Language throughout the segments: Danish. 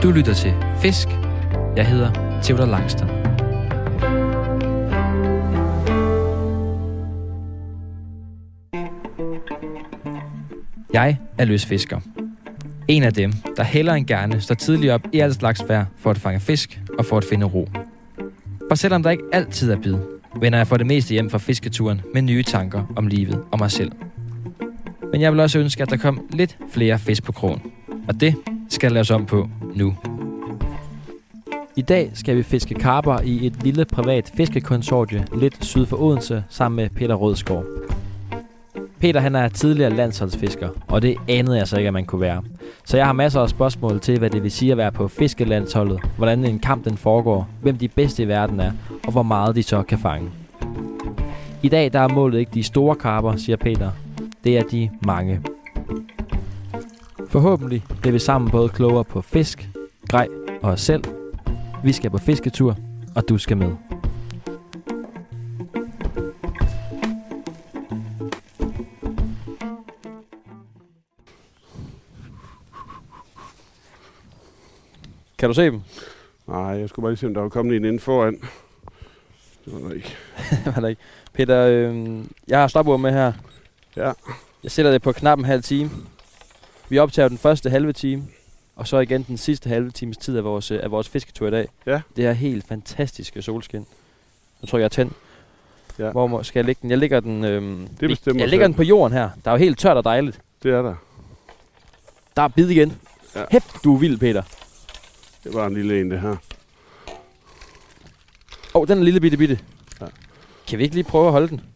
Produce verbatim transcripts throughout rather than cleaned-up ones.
Du lytter til Fisk. Jeg hedder Theodor Langston. Jeg er lystfisker. En af dem, der hellere end gerne står tidligt op i alt slags vejr for at fange fisk og for at finde ro. For selvom der ikke altid er bid, vender jeg for det meste hjem fra fisketuren med nye tanker om livet og mig selv. Men jeg vil også ønske, at der kom lidt flere fisk på krogen. Og det skal laves om på nu. I dag skal vi fiske karper i et lille privat fiskekonsortie lidt syd for Odense sammen med Peter Rødsgaard. Peter han er tidligere landsholdsfisker, og det anede jeg så ikke, at man kunne være. Så jeg har masser af spørgsmål til, hvad det vil sige at være på fiskelandsholdet, hvordan en kamp den foregår, hvem de bedste i verden er, og hvor meget de så kan fange. I dag der er målet ikke de store karper, siger Peter. Det er de mange. Forhåbentlig bliver vi sammen både klogere på fisk, grej og os selv. Vi skal på fisketur, og du skal med. Kan du se dem? Nej, jeg skulle bare lige se, om der var kommet en inden foran. Det var der ikke. Det var der ikke. Peter, øh, jeg har stopord med her. Ja. Jeg sætter det på knap en halv time. Vi optager den første halve time, og så igen den sidste halve times tid af vores, af vores fisketur i dag. Ja. Det her helt fantastiske solskin. Nu tror jeg, jeg tænd. Ja. Hvor må, skal jeg lægge den? Jeg lægger den, øhm, det bestemmer jeg lægger den på jorden her. Der er jo helt tørt og dejligt. Det er der. Der er bid igen. Ja. Hæft, du er vild, Peter. Det var en lille en, det her. Åh, oh, den er lille bitte bitte. Ja. Kan vi ikke lige prøve at holde den?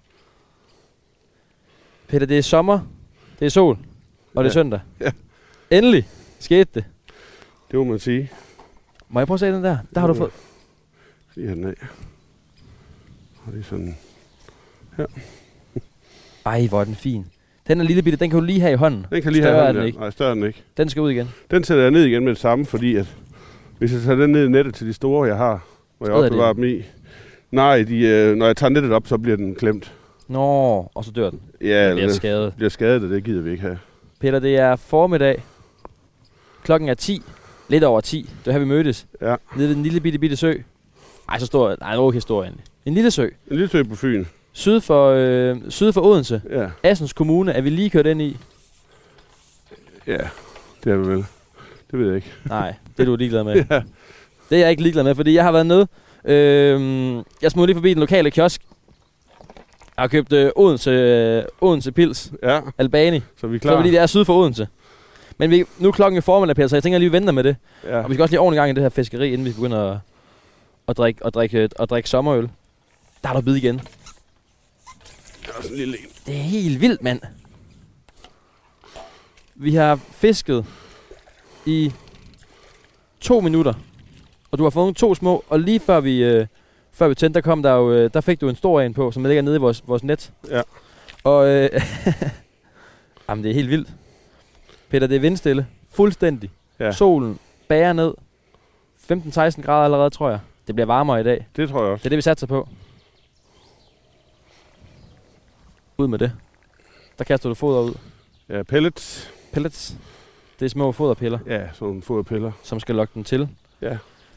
Peter, det er sommer, det er sol, og ja. Det er søndag. Ja. Endelig skete det. Det må man sige. Må jeg prøve at se den der? Der har du fået... Se den af. Og det er sådan... Her. Ej, hvor er den fin. Den er lille bitte, den kan du lige have i hånden. Den kan lige større have i hånden, den ja. ikke. Nej, større den ikke. Den skal ud igen. Den sætter jeg ned igen med det samme, fordi at... Hvis jeg tager den ned i nettet til de store, jeg har, hvor jeg opbevarer dem i... Nej, de, øh, når jeg tager nettet op, så bliver den klemt. Nå, og så dør den. Ja, den bliver skadet. bliver skadet, og det gider vi ikke have. Peter, det er formiddag. Klokken er ti. Lidt over ti. Det var her, vi mødtes. Ja. Nede ved den lille bitte bitte sø. Ej, så stor. Nej, en okay historie egentlig. En lille sø. En lille sø på Fyn. Syd for, øh, syd for Odense. Ja. Assens Kommune. Er vi lige kørt ind i? Ja, det er vi vel. Det ved jeg ikke. Nej, det er du ligeglad med. Ja. Det er jeg ikke ligeglad med, fordi jeg har været nede. Øh, jeg smuttede lige forbi den lokale kiosk. Jeg har købt øh, Odense, øh, Odense Pils. Ja. Albani. Så vi er klar. Så fordi det er syd for Odense. Men vi, nu er klokken i formiddag, Peter, så jeg tænker lige, at vi venter med det. Ja. Og vi skal også lige ordentligt gang i det her fiskeri, inden vi begynder at, at, drikke, at, drikke, at drikke sommerøl. Der er der bid igen. Det er også en lille en. Det er helt vildt, mand. Vi har fisket i to minutter. Og du har fået to små, og lige før vi, øh, før vi tændte, der kom der jo, øh, der fik du en stor en på, som ligger nede i vores, vores net. Ja. Og øh, jamen, det er helt vildt. Peter, det er vindstille. Fuldstændig. Ja. Solen bærer ned. femten seksten grader allerede, tror jeg. Det bliver varmere i dag. Det tror jeg også. Det er det, vi satser på. Ud med det. Der kaster du foder ud. Ja, pellets. Pellets. Det er små foderpiller. Ja, sådan nogle foderpiller. Som skal lokke den til. Ja.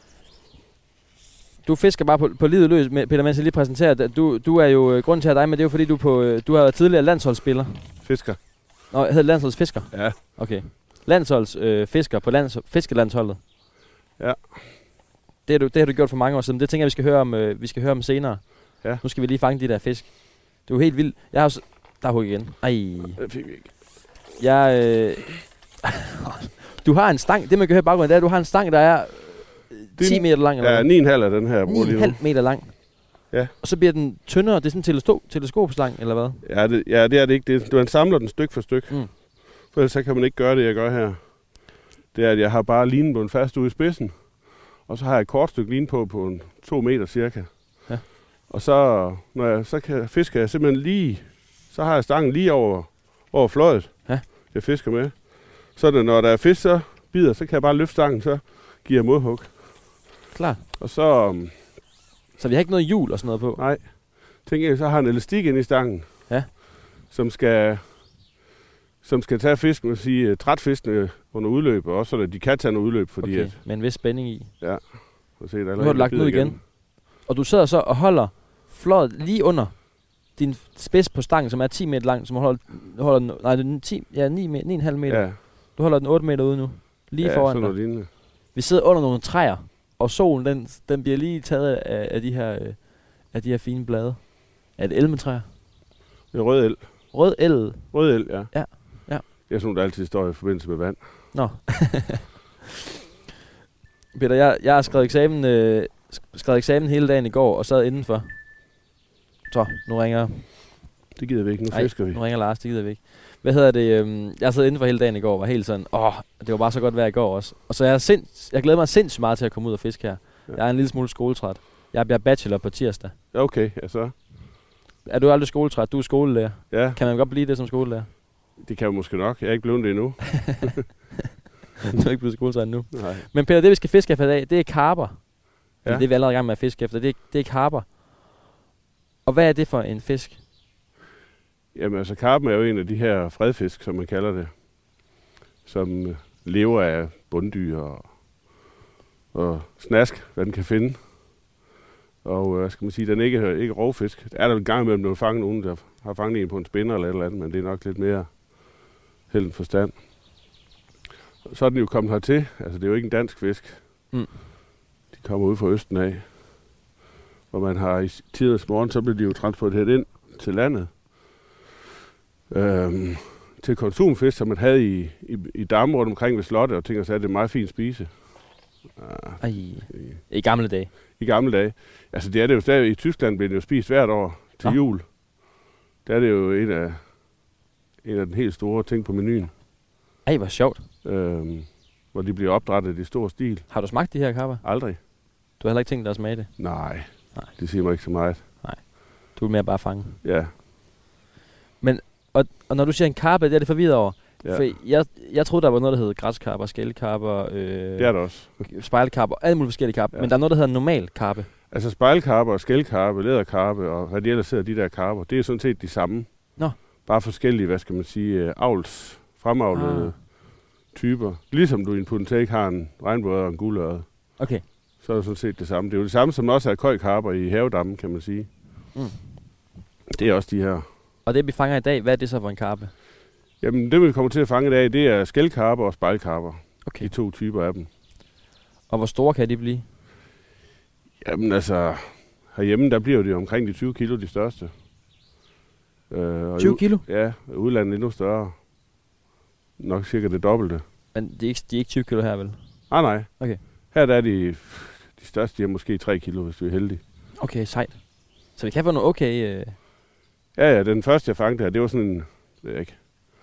Du fisker bare på, på livet løs, med, Peter, mens jeg lige præsenterer. Du, du er jo, grunden til at dig, men det er jo fordi, du, på, du har været tidligere landsholdsspiller. Fisker. Nå, hedder landsholdsfisker? Ja. Okay. Landsholdsfisker øh, på lands, fiskelandsholdet. Ja. Det har, du, det har du gjort for mange år siden. Det tænker jeg, vi skal høre om, øh, vi skal høre om senere. Ja. Nu skal vi lige fange de der fisk. Det er jo helt vildt. Jeg har også... Der er hug igen. Ej. Det fik vi ikke. Jeg... Øh, du har en stang. Det man kan høre i baggrunden, det er, at du har en stang, der er ti meter lang. Eller ja, ni komma fem af den her. ni komma fem meter lang. Ja. Og så bliver den tyndere. Det er sådan en teleskop, teleskopslang, eller hvad? Ja, det, ja, det er det ikke. Det, du samler den stykke for stykke. Mm. For ellers så kan man ikke gøre det, jeg gør her. Det er, at jeg har bare linen på en fast ude i spidsen. Og så har jeg et kort stykke line på, på en to meter cirka. Ja. Og så, når jeg, så kan, fisker jeg simpelthen lige... Så har jeg stangen lige over, over fløjet, ja. Jeg fisker med. Så når der er fisk, så bider, så kan jeg bare løfte stangen, så giver jeg modhug. Klar. Og så... Um, så vi har ikke noget hjul og sådan noget på? Nej. Tænker jeg, så har en elastik inde i stangen. Ja. Som skal... Som skal tage fisken og sige, træt fiskene under udløb, og også at de kan tage noget udløb, fordi okay, at... med en vis spænding i. Ja. Se, nu har du lagt den ud igen. igen. Og du sidder så og holder fløjet lige under din spids på stangen, som er ti meter lang, som holder, holder den, nej, den ti, ja, ni komma fem meter. Ja. Du holder den otte meter ude nu. Lige ja, foran dig. Lignende. Vi sidder under nogle træer, og solen, den, den bliver lige taget af, af, de her, af de her fine blade. Er det elmetræer? Det er rød el. Rød el? Rød el, ja. Ja, ja. Det er sådan, der altid står i forbindelse med vand. Nå. Peter, jeg, jeg har skrevet eksamen, øh, skrevet eksamen hele dagen i går, og sad indenfor. Så, nu ringer... Det gider vi ikke, nu Ej, fisker vi. nu ringer Lars, det gider vi ikke. Hvad hedder det? Øhm, jeg sad indenfor hele dagen i går, var helt sådan, åh, det var bare så godt vejr i går også. Og så jeg, sind, jeg glæder mig sindssygt meget til at komme ud og fiske her. Ja. Jeg er en lille smule skoletræt. Jeg bliver bachelor på tirsdag. Okay, ja så. Er du aldrig skoletræt? Du er skolelærer. Ja. Kan man godt blive det som skolelærer? Det kan jo måske nok. Jeg er ikke blevet det endnu. Du er ikke blevet skoletræt endnu. Nej. Men Peter, det vi skal fiske efter i dag, det er karper. Ja. Det er vi allerede i gang med at fiske efter. Det er, det er karper. Og hvad er det for en fisk? Jamen altså, karpen er jo en af de her fredfisk, som man kalder det. Som lever af bunddyr og, og snask, hvad den kan finde. Og hvad skal man sige, den er ikke, ikke rovfisk. Der er der en gang imellem, når du fanger nogen, der har fanget en på en spinner eller et eller andet, men det er nok lidt mere held end forstand. Så er den jo kommet hertil. Altså, det er jo ikke en dansk fisk. Mm. De kommer ud fra østen af. Hvor man har i tidens morgen, så bliver de jo transporteret ind til landet. Øhm, til konsumfisk, som man havde i, i, i damme rundt omkring ved slottet, og tænker sig, at det er meget fint spise. Ah, Ej, i, I gamle dage? I gamle dage. Altså, det er det jo stadig. I Tyskland bliver det jo spist hvert år til ja. jul. Der er det jo en af, en af den helt store ting på menuen. Ej, hvor sjovt. Øhm, hvor de bliver opdrættet i stor stil. Har du smagt de her karper? Aldrig. Du har heller ikke tænkt dig at smage det? Nej, Nej. Det siger mig ikke så meget. Nej, du er mere bare fange. Ja. Men, og, og når du siger en karpe, det er det forvirret over. Ja. For jeg, jeg troede, der var noget, der hed græskarper, skældekarper, øh, det er der også. spejlkarper, alle mulige forskellige karper. Ja. Men der er noget, der hedder normal karpe. Altså spejlkarper, skældkarpe, læderkarpe og hvad de ellers hedder, de der karper, det er sådan set de samme. Nå. Bare forskellige, hvad skal man sige, avls, fremavlede ah. typer. Ligesom du i en puttentæk har en regnbueørred og en guldørred. Okay. Så er det sådan set det samme. Det er jo det samme, som også er køjkarper i havedammen, kan man sige. Mm. Det er også de her. Og det, vi fanger i dag, hvad er det så for en karpe? Jamen, det vi kommer til at fange i dag, det er skældkarper og spejlkarper. Okay. De to typer af dem. Og hvor store kan de blive? Jamen altså, herhjemme, der bliver det omkring de tyve kilo, de største. Øh, tyve kilo? Ja, udlandet endnu større. Nok cirka det dobbelte. Men de er ikke, de er ikke tyve kilo her, vel? Nej, nej. Okay. Her der er de, de største, de er måske tre kilo, hvis du er heldig. Okay, sejt. Så vi kan få noget okay... Øh... Ja, ja, den første, jeg fangede her, det var sådan en, ved jeg ikke,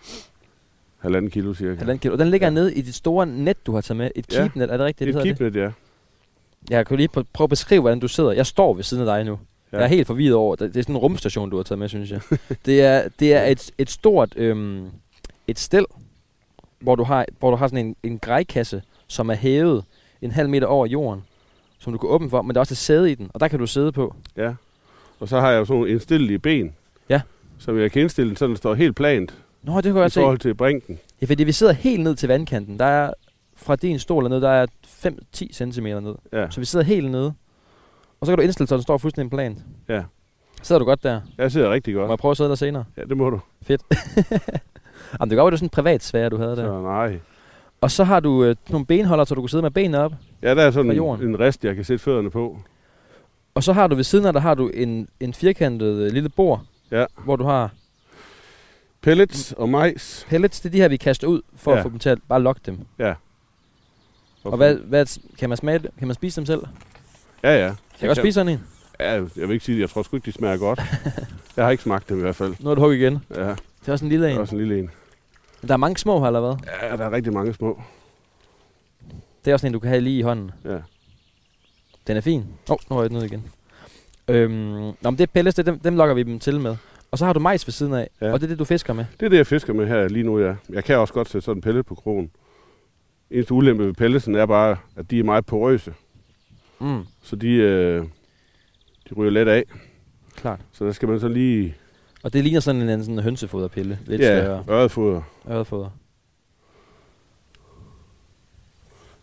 halvanden kilo cirka. Halvanden kilo. Og den ligger ja. nede i det store net, du har taget med. Et keepnet, ja. Er det rigtigt, det hedder det? Et keepnet, ja. Jeg kan lige prøve at beskrive, hvordan du sidder. Jeg står ved siden af dig nu. Ja. Jeg er helt forvirret over. Det er sådan en rumstation, du har taget med, synes jeg. det er, det er et, et stort øhm, et stel, hvor du har, hvor du har sådan en, en grejkasse, som er hævet en halv meter over jorden, som du kan åbne for, men der er også et sæde i den, og der kan du sidde på. Ja, og så har jeg jo sådan nogle indstillelige ben, ja. som jeg kan indstille, så den står helt plant. Nå, det kan jeg i forhold til brinken. Ja, fordi vi sidder helt ned til vandkanten. Der er fra din stol ned, der er fem til ti centimeter ned. Ja. Så vi sidder helt nede. Og så kan du indstille, så den står fuldstændig plant. Ja. Sidder du godt der? Jeg sidder rigtig godt. Må jeg prøve at sidde der senere? Ja, det må du. Fedt. Jamen, det går jo, det er sådan en privat sfære, du havde der. Så nej. Og så har du øh, nogle benholder, så du kan sidde med benene op. Ja, der er sådan en, en rest, jeg kan sætte fødderne på. Og så har du ved siden af, der har du en, en firkantet øh, lille bord, ja. hvor du har... Pellets og majs. Pellets, det er de her, vi kaster ud, for ja. at få dem til at bare lokke dem. Ja. Og, og hvad, hvad, kan man smage kan man spise dem selv? Ja, ja. Kan jeg godt spise sådan en? Ja, jeg vil ikke sige det. Jeg tror sgu ikke, de smager godt. Jeg har ikke smagt dem i hvert fald. Nu er du hug igen. Ja. Det er også en lille en. Det er også en lille en. Der er mange små her, eller hvad? Ja, der er rigtig mange små. Det er også en, du kan have lige i hånden. Ja. Den er fin. Åh, oh, nu har jeg den ud igen. Øhm, nå, men det er pellets, det, dem, dem lokker vi dem til med. Og så har du majs ved siden af, ja. Og det er det, du fisker med? Det er det, jeg fisker med her lige nu, ja. Jeg kan også godt sætte sådan en pellet på krogen. Eneste ulempe ved pelletsen er bare, at de er meget porøse. Mm. Så de, øh, de ryger let af. Klart. Så der skal man så lige... Og det ligner sådan en, en sådan hønsefoderpille. Lidt ja, større. øretfoder. Øretfoder.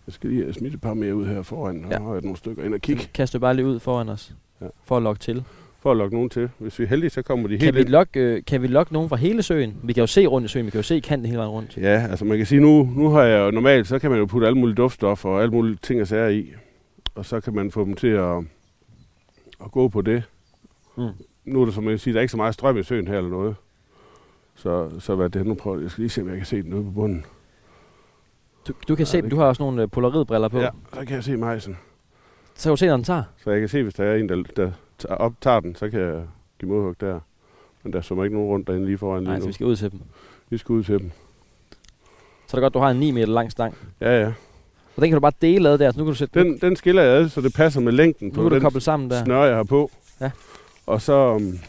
Jeg skal lige have smidt et par mere ud her foran, og ja. har jeg nogle stykker ind og kigge. Kaster bare lige ud foran os, ja. for at lokke til. For at lokke nogen til. Hvis vi er heldige, så kommer de kan helt vi ind. Lokke, øh, kan vi lokke nogen fra hele søen? Vi kan jo se rundt i søen, vi kan jo se kanten hele vejen rundt. Ja, altså man kan sige, nu, nu har jeg jo normalt, så kan man jo putte alle mulige duftstoffer og alle mulige ting og sager i. Og så kan man få dem til at, at gå på det. Mm. Nu er det, som man kan sige, der er ikke så meget strøm i søen her eller noget. Så, så hvad det nu prøver. Jeg skal lige se, om jeg kan se den ude på bunden. Du, du kan ja, se, du har også nogle polaroidbriller på. Ja, så kan jeg se majsen. Så kan du se, når den tager? Så jeg kan se, hvis der er en, der, der optager den, så kan jeg give modhug der. Men der er ikke nogen rundt derinde lige foran lige Nej, nu. så vi skal ud til dem. Vi skal ud til dem. Så er det godt, du har en ni meter lang stang. Ja, ja. Og den kan du bare dele ad der, så nu kan du sætte den. Den skiller jeg ad, så det passer med længden på den sammen der. snøre, jeg har på. Ja. Og så... Um,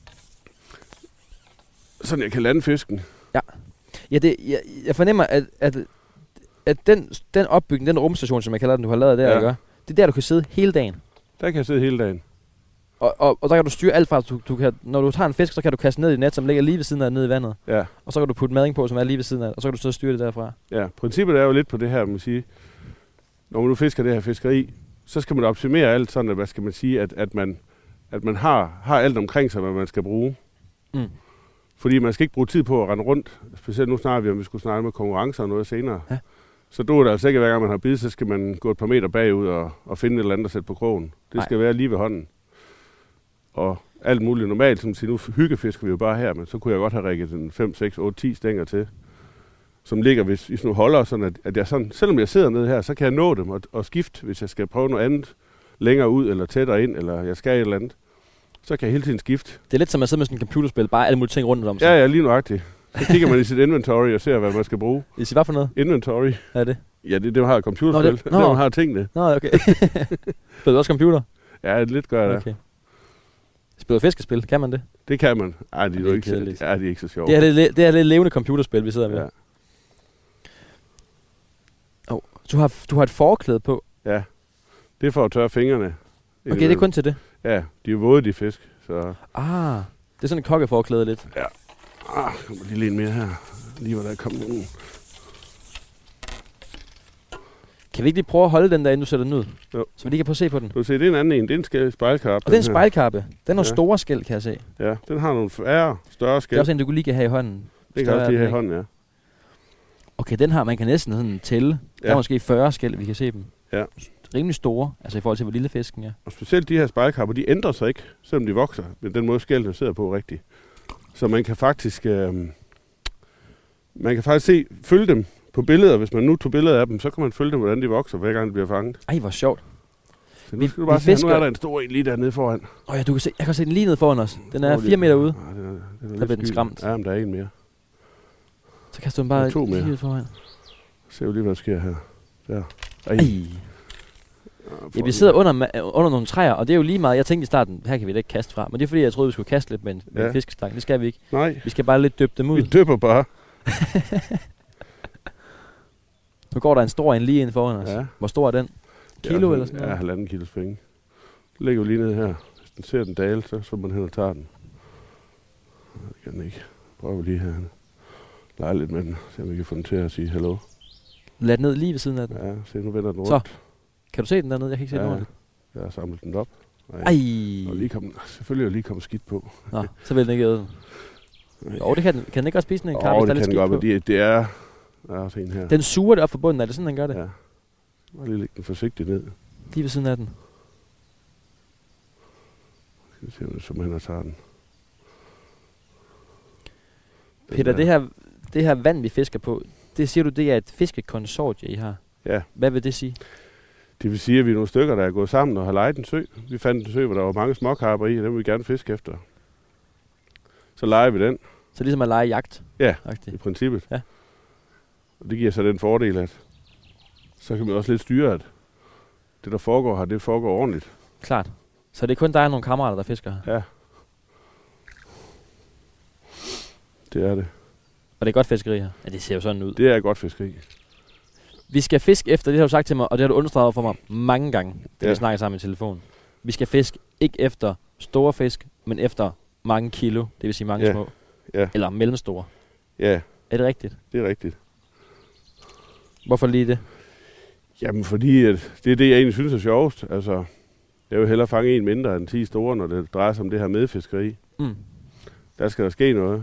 sådan jeg kan lande fisken. Ja. Ja, det, jeg, jeg fornemmer, at, at, at den, den opbygning, den rumstation, som jeg kalder den, du har lavet der, ja. Ikke? Det er der, du kan sidde hele dagen. Der kan jeg sidde hele dagen. Og, og, og der kan du styre alt fra, du, du kan, når du tager en fisk, så kan du kaste ned i net, som ligger lige ved siden af nede i vandet. Ja. Og så kan du putte mading på, som er lige ved siden af, og så kan du så styre det derfra. Ja, princippet er jo lidt på det her, man sige. Når man nu fisker det her fiskeri, så skal man optimere alt sådan, at, hvad skal man sige, at, at man, at man har, har alt omkring sig, hvad man skal bruge. Mm. Fordi man skal ikke bruge tid på at rende rundt. Specielt nu snakker vi om, vi skulle snakke med konkurrencer og noget senere. Ja. Så du er det altså ikke, hver gang man har bid, så skal man gå et par meter bagud og, og finde et eller andet at sætte på krogen. Det Nej. skal være lige ved hånden. Og alt muligt normalt, som siger, nu hyggefisker vi jo bare her, men så kunne jeg godt have rækket en fem, seks, otte, ti stænger til, som ligger hvis, i sådan nogle holder, sådan at, at jeg sådan, selvom jeg sidder nede her, så kan jeg nå dem og, og skifte, hvis jeg skal prøve noget andet længere ud, eller tættere ind, eller jeg skal et eller andet. Så kan jeg hele tiden skifte. Det er lidt som at sidde med sådan en computerspil, bare alle mulige ting rundt om sig. Ja, ja, lige nøjagtigt. Så kigger man i sit inventory og ser, hvad man skal bruge. I siger hvad for noget? Inventory. Hvad er det? Ja, det, det har computerspil. Nå, det, nå. Det har tingene. Nå, okay. Spiller du også computer? Ja, lidt gør jeg okay. det. Spiller fiskespil, kan man det? Det kan man. Ej, de er, er ikke, så, ja, de er ikke så sjove. Det er det, det er det levende computerspil, vi sidder med. Ja. Oh, du, har, du har et forklæde på. Ja, det er for at tørre fingrene. Okay, det er kun til det? Ja, de er våde, de fisk. Så. Ah, det er sådan et kokkeforklæde lidt. Ja. Ah, kommer lige en mere her. Lige hvor der er kommet nogen. Kan vi ikke lige prøve at holde den der, inden du sætter den ud? Jo. Så vi lige kan prøve at se på den. Du ser, det er en anden en. Det er en spejlkarpe. Og det er en spejlkarpe. Den er nogle ja. store skæl, kan jeg se. Ja, den har nogle færre, større skæl. Det er også en, du kunne lige kan have i hånden. Det kan også lige have i hånden, ja. Okay, den har man kan næsten sådan tælle. Ja. Der er måske fyrre skæl, vi kan se dem. Ja. Rimelig store, altså i forhold til, hvor lille fisken er. Og specielt de her spejlkarper, de ændrer sig ikke, selvom de vokser. Men den måde skældene sidder på rigtigt. Så man kan faktisk... Øh, man kan faktisk se, følge dem på billeder. Hvis man nu tog billeder af dem, så kan man følge dem, hvordan de vokser, hver gang de bliver fanget. Ej, hvor sjovt. Så nu skal du bare se, nu er der en stor en lige dernede foran. Åh oh ja, du kan se, jeg kan se den lige nede foran os. Den er fire meter ude. Ja, den er, den er der bliver den skræmt. Ja, men der er en mere. Så kaster du den bare to lige foran. Se lige, hvad der sker her. Der. Ej. Ja, vi sidder under, under nogle træer, og det er jo lige meget. Jeg tænkte i starten, her kan vi da ikke kaste fra. Men det er fordi, jeg troede, vi skulle kaste lidt med en, med ja. en fiskestang. Det skal vi ikke. Nej. Vi skal bare lidt døbe dem ud. Vi døber bare. Nu går der en stor en lige ind foran os. Ja. Hvor stor er den? Kilo ja, eller sådan noget? Ja, halvanden kilos penge. Den ligger jo lige nede her. Hvis den ser den dale, så så man hen og tager den. Det kan den ikke. Prøver lige her. Lege lidt med den. Se om vi kan få den til at sige hallo. Lad den ned lige ved siden af den. Ja, se nu vender den rundt. Så. Kan du se den dernede? Jeg kan ikke se ja, den ordentligt. Jeg har samlet den op. Ej. Og lige kom, selvfølgelig er lige kommet skidt på. Nå, så vil den ikke æde den. Jo, det kan den. Kan den ikke også spise den en karpe, hvis der er lidt skidt på? Godt, det, det er... Der er også en her. Den suger det op for bunden. Er det sådan, den gør det? Ja. Og lige lægge den forsigtigt ned. Lige ved siden af den. Skal vi se, om det som han tager den. den Peter, det her, det her vand, vi fisker på, det siger du, det er et fiskekonsortie, I har? Ja. Hvad vil det sige? Det vil sige, at vi er nogle stykker, der er gået sammen og har lejet en sø. Vi fandt en sø, hvor der var mange småkarper i, og dem vil vi gerne fiske efter. Så leger vi den. Så ligesom at lege jagt? Ja, Agtigt. i princippet. Ja. Og det giver så den fordel, at så kan man også lidt styre, at det, der foregår her, det foregår ordentligt. Klart. Så det er kun dig og nogle kammerater, der fisker her? Ja. Det er det. Og det er godt fiskeri her? Ja, det ser jo sådan ud. Det er godt fiskeri. Vi skal fiske efter, det har du sagt til mig, og det har du understreget for mig mange gange, da ja. vi snakker sammen i telefon. Vi skal fiske ikke efter store fisk, men efter mange kilo, det vil sige mange ja. små. Ja. Eller mellemstore. Ja. Er det rigtigt? Det er rigtigt. Hvorfor lige det? Jamen, fordi at det er det, jeg egentlig synes er sjovest. Altså, jeg vil hellere fange en mindre end ti store, når det drejer sig om det her medfiskeri. Mm. Der skal der ske noget.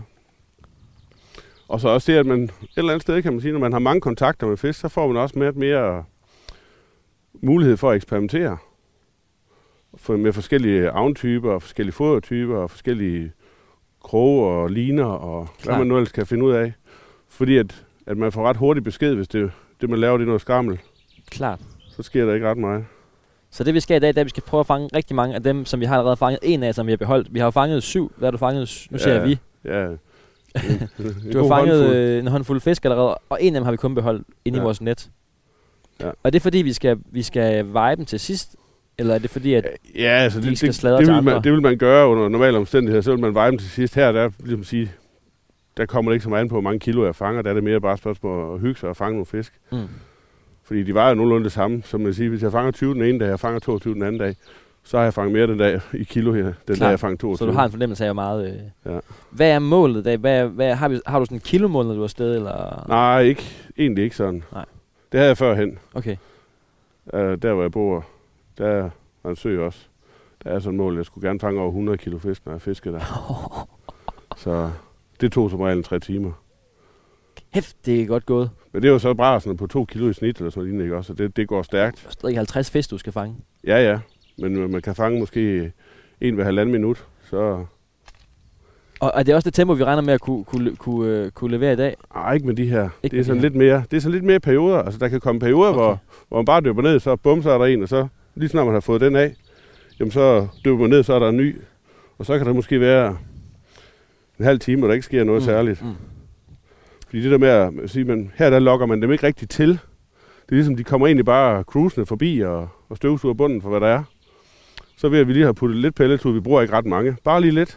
Og så også det, at man et eller andet sted, kan man sige, når man har mange kontakter med fisk, så får man også mere, mere mulighed for at eksperimentere. For, med forskellige avntyper, forskellige fodertyper, og forskellige kroge og liner, og Klar. hvad man nu ellers kan finde ud af. Fordi at, at man får ret hurtigt besked, hvis det, det man laver, det er noget skrammel. Klart. Så sker der ikke ret meget. Så det vi skal i dag, det er, at vi skal prøve at fange rigtig mange af dem, som vi har allerede fanget. En af, som vi har beholdt. Vi har jo fanget syv. Hvad har du fanget? Nu siger ja, jeg vi. Ja. En, en du har fanget håndfuld. en håndfuld fisk allerede, og en af dem har vi kun beholdt inde ja. i vores net. Ja. Og er det fordi, vi skal, vi skal veje dem til sidst? Eller er det fordi, at ja, altså de det, skal det, sladre det, til vil andre? man, det vil man gøre under normale omstændigheder. Så vil man veje dem til sidst. Her der, ligesom sige, der kommer det ikke så meget an på, hvor mange kilo jeg fanger. Der er det mere bare et spørgsmål at hygge sig og fange nogle fisk. Mm. Fordi de vejer jo nogenlunde det samme. Som man siger, hvis jeg fanger tyve den ene dag, og jeg fanger toogtyve den anden dag, så har jeg fanget mere den dag i kilo her, den Klar. dag jeg fanger toogtyve. Så du har en fornemmelse af, hvor meget... Øh... Ja. Hvad er målet dag? Hvad, hvad, har, vi, har du sådan en kilomål, når du er afsted? Eller? Nej, ikke, egentlig ikke sådan. Nej. Det havde jeg førhen. Okay. Uh, der hvor jeg bor, der er en sø også. Der er sådan et mål, jeg skulle gerne fange over hundrede kilo fisk, når jeg fisker der. Så det tog som regel tre timer. Hæft, det er godt gået. Men det er jo så bare sådan på to kilo i snit, eller sådan noget, ikke også? Det, det går stærkt. Det er stadig halvtreds fisk, du skal fange. Ja, ja. Men man kan fange måske en hver halvanden minut, så... Og er det også det tempo, vi regner med at kunne, kunne, kunne, kunne levere i dag? Nej, ikke med de her. Ikke det er sådan lidt mere, det er sådan lidt mere perioder. Altså, der kan komme perioder, okay. hvor, hvor man bare døber ned, så bum, så er der en, og så lige snart man har fået den af, jamen så døber man ned, så er der en ny. Og så kan der måske være en halv time, hvor der ikke sker noget mm. særligt. Mm. Fordi det der med at sige, men her der lokker man dem ikke rigtig til. Det er ligesom, de kommer egentlig bare cruisende forbi og, og støvsuger bunden for, hvad der er. Så ved at vi lige har puttet lidt pellets ud, vi bruger ikke ret mange. Bare lige lidt.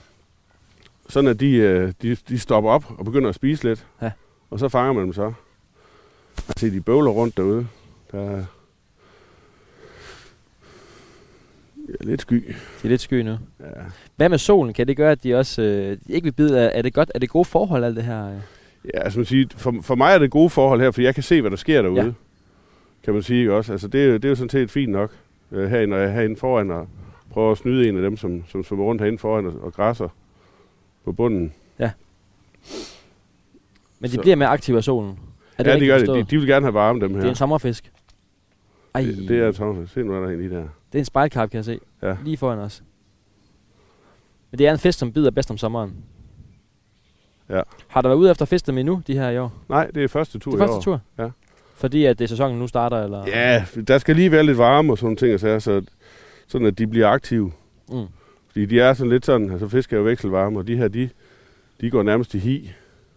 Sådan at de, de, de stopper op og begynder at spise lidt. Ja. Og så fanger man dem så. Jeg ser, de bøvler rundt derude. Der er ja, lidt sky. Det er lidt sky nu. Ja. Hvad med solen? Kan det gøre, at de også øh, ikke vil bide? Er det godt? Er det gode forhold, alt det her? Ja, altså man siger, for, for mig er det gode forhold her, for jeg kan se, hvad der sker derude. Ja. Kan man sige også. Altså det, det er jo sådan set fint nok. Øh, herinde, når jeg er herinde foran og prøver at snyde en af dem, som, som svømmer rundt herinde foran og, og græsser på bunden. Ja. Men de så. bliver mere aktive af solen? Er det ja, de gør det. De, de vil gerne have varme, dem her. Det er en sommerfisk? Ej. Det, det er en sommerfisk. Se nu er der en lige der. Det er en spejlkarp, kan jeg se. Ja. Lige foran os. Men det er en fisk, som bider bedst om sommeren. Ja. Har der været ude efter fisk dem endnu, de her i år? Nej, det er første tur det er i første år. tur? Ja. Fordi at det sæsonen nu starter, eller? Ja, der skal lige være lidt varme og sådan ting, så, så sådan at de bliver aktive. Mm. Fordi de er sådan lidt sådan, altså fisk er jo vekselvarme, og de her, de, de går nærmest i hi,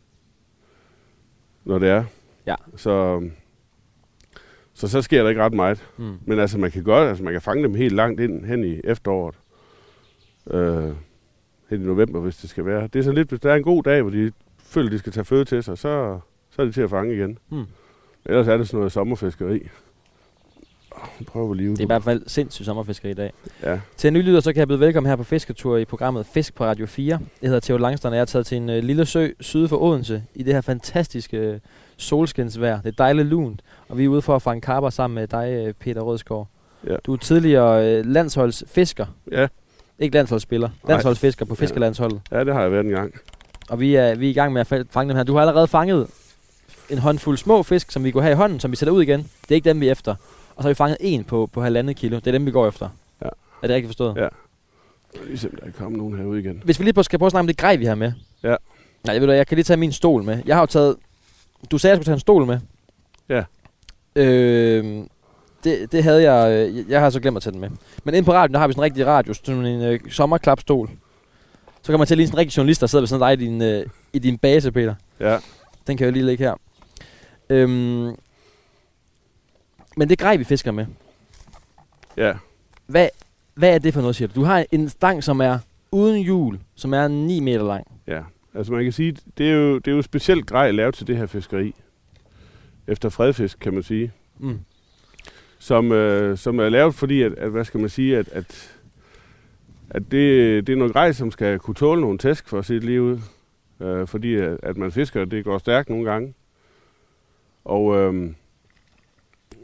når det er. Ja. Så, så så sker der ikke ret meget. Mm. Men altså man kan godt, altså man kan fange dem helt langt ind hen i efteråret. Øh, hen i november, hvis det skal være. Det er sådan lidt, hvis der er en god dag, hvor de føler, de skal tage føde til sig, så, så er de til at fange igen. Mm. Ellers er det sådan noget sommerfiskeri. Prøv lige ud. Det er i hvert fald sindssygt sommerfiskeri i dag. Ja. Til en ny lytter, så kan jeg byde velkommen her på Fisketur i programmet Fisk på Radio fire. Jeg hedder Theo Langstrand, og jeg er taget til en uh, lille sø syd for Odense i det her fantastiske uh, solskinsvejr. Det er dejligt lunt, og vi er ude for at fange karper sammen med dig, uh, Peter Rødskov. Ja. Du er tidligere uh, landsholdsfisker. Ja. Ikke landsholdsspiller. Landsholdsfisker på fiskerlandsholdet. Ja, det har jeg været en gang. Og vi er, vi er i gang med at fange dem her. Du har allerede fanget en håndfuld små fisk, som vi kunne have i hånden, som vi sætter ud igen. Det er ikke dem, vi er efter. Og så har vi fanget en på, på halvandet kilo. Det er dem, vi går efter. Ja. Er det ikke forstået? Ja. Ligesom der er kommet nogen herude igen. Hvis vi lige på, skal prøve at snakke om det grej, vi har med. Ja. Nej, jeg ved du, jeg kan lige tage min stol med. Jeg har jo taget... Du sagde, jeg skulle tage en stol med. Ja. Øh, det, det havde jeg... Jeg har så glemt at tage den med. Men inde på radioen, der har vi sådan en rigtig radio. Sådan en øh, sommerklapstol. Så kan man til lige sådan en rigtig journalist, der sidder ved sådan dig i din, øh, i din base, Peter. Ja. Den kan jeg lige lægge her. Øhm, men det grej, vi fisker med. Ja. Hvad, hvad er det for noget, siger du? Du har en stang, som er uden hjul, som er ni meter lang. Ja, altså man kan sige, det er jo, det er jo specielt grej lavet til det her fiskeri. Efter fredfisk, kan man sige. Mm. Som, øh, som er lavet fordi, at, at hvad skal man sige, at, at, at det, det er noget grej, som skal kunne tåle nogle tæsk for sit liv ud. Øh, fordi at, at man fisker, det går stærkt nogle gange. Og, øh,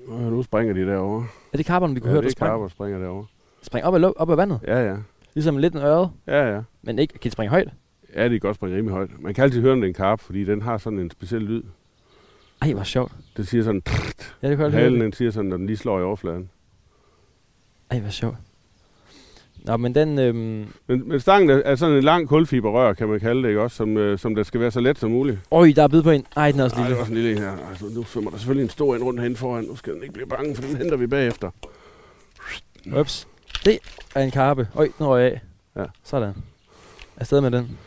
Og nu springer de derovre. Er det karperne, vi kunne ja, høre, der springer? karper springer derovre. Springer op ad, op ad vandet? Ja, ja. Ligesom en lidt en øre? Ja, ja. Men ikke, kan de springe højt? Ja, de kan godt springe rimelig højt. Man kan altid høre, når det er en karp, fordi den har sådan en speciel lyd. Ej, hvor sjovt. Det siger sådan... Ja, det kan jeg halen, den siger sådan, når den lige slår i overfladen. Ej, hvor sjovt. Nå, men den... Øhm... Men, men stangen er, er sådan en lang kulfiberrør, kan man kalde det, ikke også? Som, øh, som der skal være så let som muligt. Øj, der er bid på en. Ej, den er også lille. Ej, det er også en lille en her. Altså, nu svømmer der selvfølgelig en stor en rundt herinde foran. Nu skal den ikke blive bange, for den henter vi bagefter. Ups. Det er en karpe. Øj, den røg af. Ja. Sådan. Afsted med den.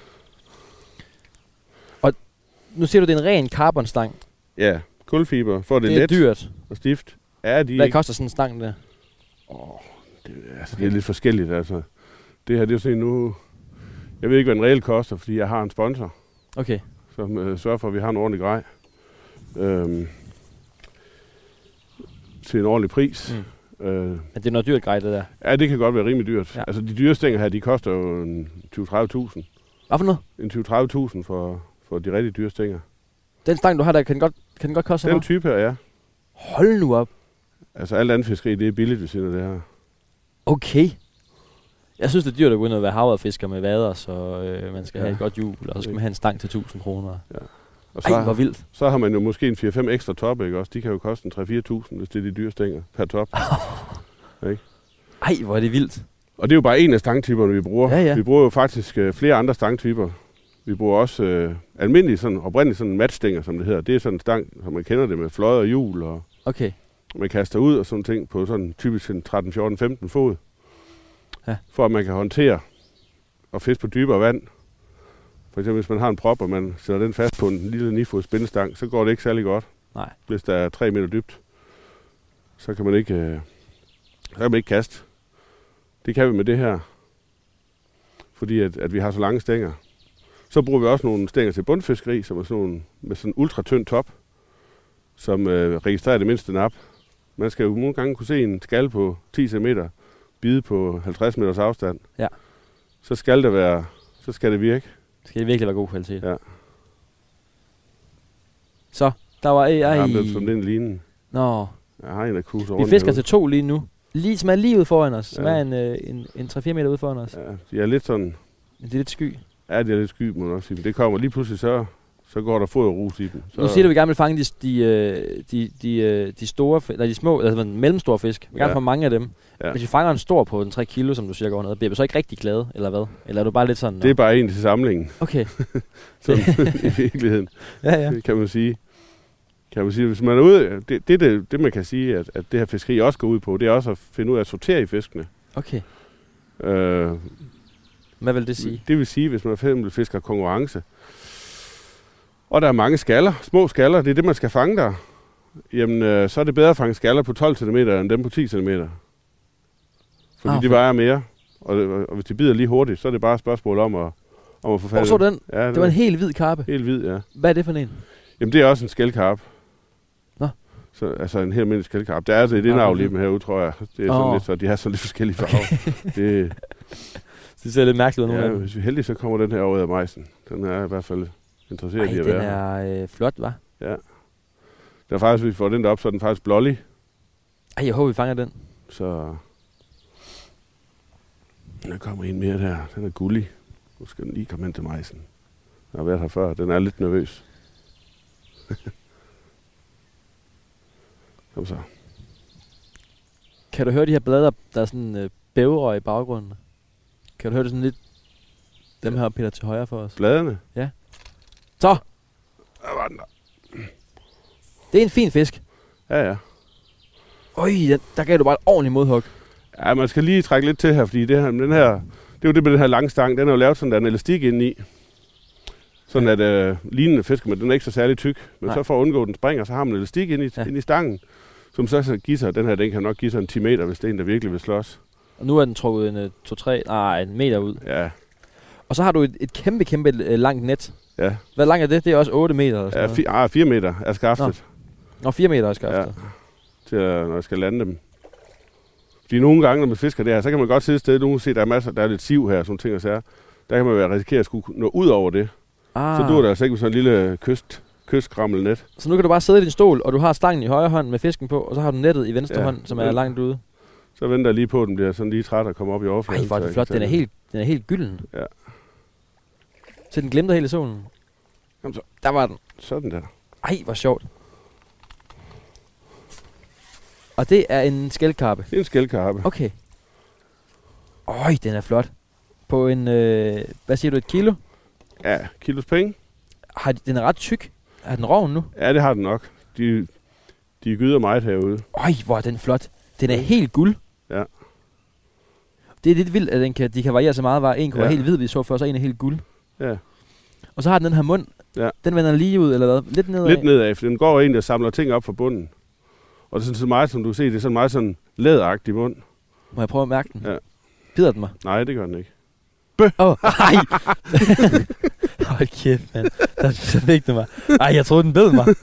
Og nu siger du, det er en ren carbonstang. Ja, kulfiber. For det, det er let dyrt. og stift. Ja, de Hvad koster sådan en stang der? Åh, det, altså, det er lidt forskelligt, altså. Det her, det er jo sådan nu... Jeg ved ikke, hvad en reelt koster, fordi jeg har en sponsor, Okay. som øh, sørger for, at vi har en ordentlig grej. Øhm, til en ordentlig pris. Mm. Øh, Men det er noget dyrt grej, det der. ja, det kan godt være rimelig dyrt. Ja. Altså, de dyre stænger her, de koster jo tyve til tredive tusind. Hvad for noget? En tyve til tredive tusind for, for de rigtig dyre stænger. Den stang, du har der, kan den godt, kan den godt koste så Den meget? type her, ja. Hold nu op. Altså, alt andet fiskeri, det er billigt ved siden af det her. Okay. Jeg synes, det er dyrt at gå ind og være havrfisker med vader, så øh, man skal ja. have et godt hjul, og så skal man have en stang til tusind kroner. Ja. Og så, Ej, hvor vildt. Så har man jo måske en fire fem ekstra toppe, ikke også? De kan jo koste en tre til fire tusind, hvis det er de dyre stænger per top. Ikke? Ej, hvor er det vildt. Og det er jo bare en af stangtyperne, vi bruger. Ja, ja. Vi bruger jo faktisk øh, flere andre stangtyper. Vi bruger også øh, almindelige, sådan, oprindeligt sådan matstænger, som det hedder. Det er sådan en stang, som man kender det med fløj og hjul, og Okay. man kaster ud og sådan ting på sådan typisk en tretten, fjorten, femten fod. Ja. For at man kan håndtere og fiske på dybere vand. For eksempel hvis man har en prop, og man sætter den fast på en lille ni fods spændestang, så går det ikke særlig godt. Nej. Hvis der er tre meter dybt, så kan man ikke, øh, så kan man ikke kaste. Det kan vi med det her, fordi at, at vi har så lange stænger. Så bruger vi også nogle stænger til bundfiskeri, som er sådan nogle, med sådan en ultratynd top, som øh, registrerer det mindste nap. Man skal jo nogle gange kunne se en skal på ti centimeter, bide på halvtreds meters afstand. Ja. Så skal det være, så skal det virke. Skal det virkelig være god kvalitet? Ja. Så, der var... Ej, Jeg har blevet som den lignende. Nå. Jeg har en, der kuser Vi rundt fisker herude. til to lige nu. Lige, som er lige ude foran os. Som Ja. er en, øh, en, en tre til fire meter ude foran os. Ja, de er lidt sådan... Det er lidt sky. Ja, det er lidt sky, må man også sige. Men det kommer lige pludselig, så, så går der fod og rus i dem. Så, Nu siger du, at vi gerne vil fange de, de, øh, de, de, øh, de store, fi- eller de små, altså de mellemstore fisk. Vi vil gerne Ja. få mange af dem. Ja. Hvis vi fanger en stor på en tre kilo, som du siger går ned, bliver vi så ikke rigtig glade, eller hvad? Eller er du bare lidt sådan... det er bare en til samlingen, Okay. sådan, i virkeligheden. Ja, ja. Det kan man sige. Kan man sige, hvis man er ude, det, det, det, det man kan sige, at, at det her fiskeri også går ud på, det er også at finde ud af at sortere i fiskene. Okay. Øh, Hvad vil det sige? det vil sige, hvis man for eksempel fisker konkurrence, og der er mange skaller, små skaller, det er det, man skal fange der, jamen øh, så er det bedre at fange skaller på tolv centimeter end dem på ti centimeter. Fordi Ah, de for- vejer mere, og, og hvis de bider lige hurtigt, så er det bare et spørgsmål om at, om at få fat Hvor i så dem. den? Ja, Det var en helt hvid karpe. helt hvid, ja. Hvad er det for en? Jamen, det er også en skældkarp. Nå. Så, altså en helt almindelig skældkarp. Der er altså et Nå, indavl i okay. dem herude, tror jeg. Det er Åh. sådan lidt, så de har sådan lidt forskellige farver. det, Det ser lidt mærkeligt ud ja, nogle af dem. hvis vi er heldige, så kommer den her ud af mejsen. Den er i hvert fald interesseret Ej, i at den være her. er øh, flot, hva'? Ja. Der er faktisk, hvis vi får den der op, så er den faktisk blålig. Ej, jeg håber, vi fanger den. Så der kommer en mere der. Den er gullig. Nu skal den lige komme ind til mejsen. Jeg har været her før. Den er lidt nervøs. Kom så. Kan du høre de her blade, der, der er sådan øh, bævrer i baggrunden? Kan du høre det sådan lidt? Dem her, Peter, til højre for os. Bladene. Så! Der var den der. Det er en fin fisk. Ja, ja. Øj, den, der gav du bare et ordentligt modhug. Ja, man skal lige trække lidt til her, fordi det her, den her, det er jo det med den her lange stang, den er jo lavet sådan, der er en elastik indeni. Sådan at øh, lignende fisk, men den er ikke så særlig tyk. Men Nej. så for at undgå, at den springer, så har man en elastik ind i, Ja. ja. ind i stangen, som så, så giver sig, den her, den kan nok give sig en ti meter, hvis det er en, der virkelig vil slås. Og nu er den trukket en to tre, nej, en meter ud. Ja, Og så har du et, et kæmpe, kæmpe øh, langt net. ja. Hvad langt er det? Det er også otte meter. Eller sådan Ja, noget. fi, ah, fire meter er skaftet. Nå, fire meter er skaftet. Ja, til at, når jeg skal lande dem. Fordi nogle gange, når man fisker det her, så kan man godt sidde et sted, nu se, der er masser, der er lidt siv her, sådan ting og sager. Der kan man være risikere at skulle nå ud over det. Ah. Så dur det altså ikke med sådan en lille kyst kystkrammelnet. Så nu kan du bare sidde i din stol, og du har stangen i højre hånd med fisken på, og så har du nettet i venstre ja. hånd, som er ja. langt ude. Så venter jeg lige på, at den bliver sådan lige træt og kommer op i overfladen. Ej, hvor er det flot. Den er helt, den er helt gylden. Ja. Så den glemte helt i solen. Jamen så. Der var den. Sådan der. Ej, hvor sjovt. Og det er en skældkarpe? Det er en skældkarpe. Okay. Øj, den er flot. På en, øh, hvad siger du, et kilo? Ja, kilos penge. Har, den er ret tyk. Er den roven nu? Ja, det har den nok. De, de gyder meget herude. Øj, hvor er den flot. Den er helt guld. Ja. Det er lidt vildt, at den kan, de kan variere så meget. Var en kunne ja. være helt hvid, vi så før, så en er helt guld. Ja. Og så har den den her mund. Ja. Den vender lige ud, eller hvad? Lidt nedad? Lidt nedad, for den går ind og samler ting op fra bunden. Og det er sådan meget, som du ser, det er sådan meget sådan læderagtig mund. Må jeg prøve at mærke den? Ja. Bider den mig? Nej, det gør den ikke. Bøh! Åh, oh, ej! Hold kæft, mand. Der, så fik du mig. Ej, jeg troede, den bed mig.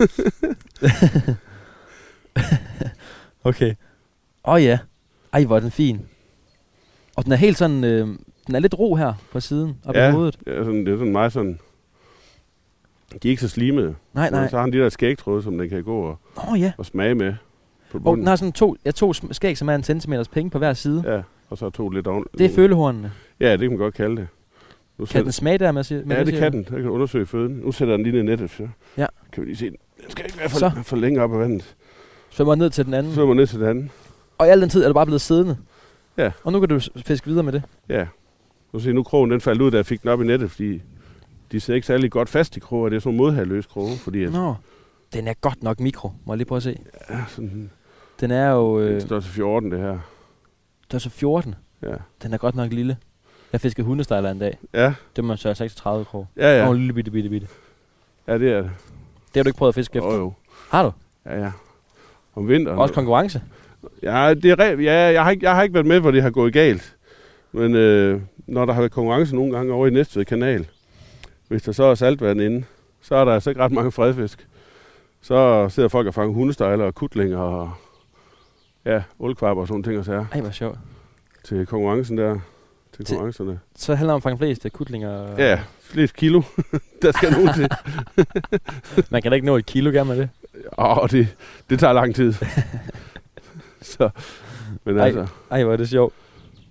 Okay. Åh oh, ja. Ej, hvor er den fin. Og den er helt sådan, øh, den er lidt ro her på siden, op ja, i hovedet. Ja, sådan, det er sådan meget sådan, de er ikke så slimede. Nej, nej. Så har den de der skægtråde, som den kan gå og, oh, ja. og smage med på Og bunden. den har sådan to, ja, to skæg, som er en centimeters penge på hver side. Ja, og så to lidt oven. Det er følehornene. Ja, det kan man godt kalde det. Nu kan den smage der, med, med ja, det, det kan den. Den kan undersøge føden. Nu sætter den lige i nettet, så ja. Kan vi lige se den. Den skal ikke være for, for længe op af vandet. Svømmer ned til den anden. Svømmer ned til den anden. Og i al den tid er du bare blevet siddende. Ja. Og nu kan du fiske videre med det. Ja. Nu se, nu krogen den faldt ud, da jeg fik den op i nettet, fordi de sidder ikke særlig godt fast i kroger. Det er sådan en modhaløs kroge, fordi at Nå, den er godt nok mikro. Må jeg lige prøve at se? Ja, sådan. Den er jo... Øh, den står til fjorten, det her. Det er så fjorten? Ja. Den er godt nok lille. Jeg fiskede hundestejler en dag. Ja. Det må så seksogtredive krog. Ja, ja. Åh, lille bitte, bitte, bitte. Ja, det er det. Det har du ikke prøvet at fiske efter? Jo, jo. Har du? Ja, ja. Om vinteren. Også konkurrence? Ja, det er re- ja jeg, har ikke, jeg har ikke været med, hvor det har gået galt. Men øh, når der har været konkurrence nogle gange over i Næstved Kanal, hvis der så er saltvand inde, så er der altså ikke ret mange fredfisk. Så sidder folk og fanger hundestejler og kutlinger og ja, ålkvarper og sådan ting og sager. Ej, hvor sjovt. Til konkurrencen der. Til konkurrencerne. Så handler det om at fange flest kutlinger? Og ja, flest kilo. Der skal nogen til. Man kan da ikke nå et kilo, gerne med det? Åh, det, det tager lang tid. Så, men ej, altså. Ej, hvor er det sjovt.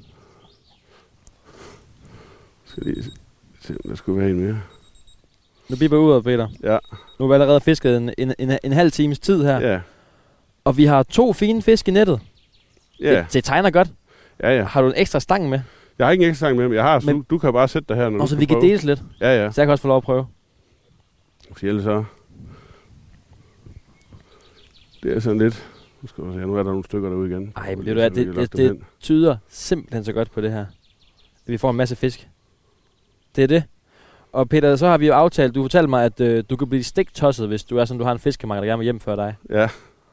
Skal lige se, om der skulle være en mere. Nu bliver vi ud, Peter. Ja. Nu har vi allerede fisket en, en, en, en halv times tid her. Ja. Og vi har to fine fisk i nettet. Ja. Det, det tegner godt. Ja, ja. Har du en ekstra stang med? Jeg har ikke en ekstra stang med, men jeg har, men, du, du kan bare sætte dig her, når og så du vi kan prøve. deles lidt. Ja, ja. Så jeg kan også få lov at prøve. For ellers så. Det er sådan lidt. Nu skal vi se, nu er der nogle stykker derude igen. Ej, men det, det, det, det, det tyder simpelthen så godt på det her. Vi får en masse fisk. Det er det. Og Peter, så har vi jo aftalt, du fortalte mig, at øh, du kan blive stiktosset, hvis du er sådan, du har en fiskemangel, der gerne vil hjem før dig. Ja.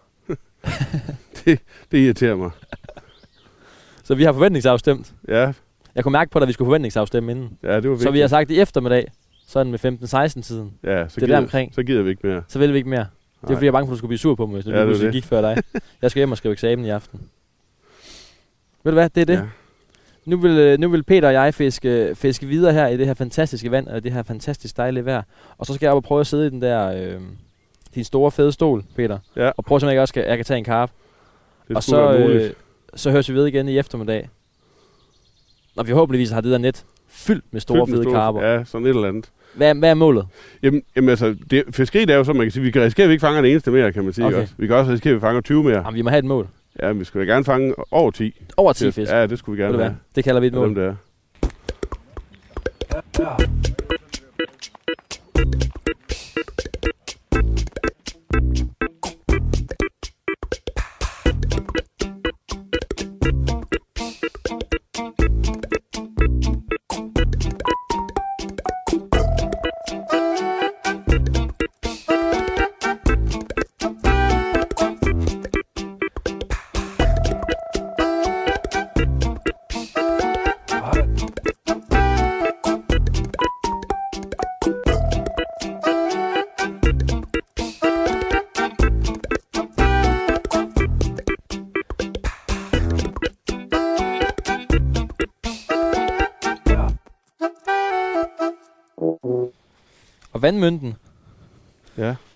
det, det irriterer mig. Så vi har forventningsafstemt. Ja. Jeg kunne mærke på dig, at vi skulle forventningsafstemme inden. Ja, det var vigtigt. Så vi har sagt i eftermiddag, sådan med femten seksten tiden. Ja, så, det gider, der omkring. så gider vi ikke mere. Så vil vi ikke mere. Det er fordi, jeg er bange for, at du skulle blive sur på mig, hvis ja, du pludselig gik før dig. Jeg skal hjem og skrive eksamen i aften. Ved du hvad, det er det. Ja. Nu vil, nu vil Peter og jeg fiske, fiske videre her i det her fantastiske vand, og det her fantastisk dejlige vejr. Og så skal jeg op og prøve at sidde i den der, øh, din store fede stol, Peter. Ja. Og prøve, om jeg også kan, jeg kan tage en karp. Og så, øh, så høres vi ved igen i eftermiddag. Når vi håbeligvis har det der net fyldt med store, fyldt med fede karper. Ja, sådan et eller andet. Hvad, hvad er målet? Jamen, jamen altså, det, fiskeriet er jo så, man kan sige, vi kan risikere, at vi ikke fanger en eneste mere, kan man sige. Okay. Også. Vi kan også risikere, at vi fanger tyve mere. Jamen, vi må have et mål. Ja, men vi skal gerne fange over ti. Over ti fisk? Ja, det skulle vi gerne have. Det kalder vi et mål. Dem, det er. Og vandmønten. Ja.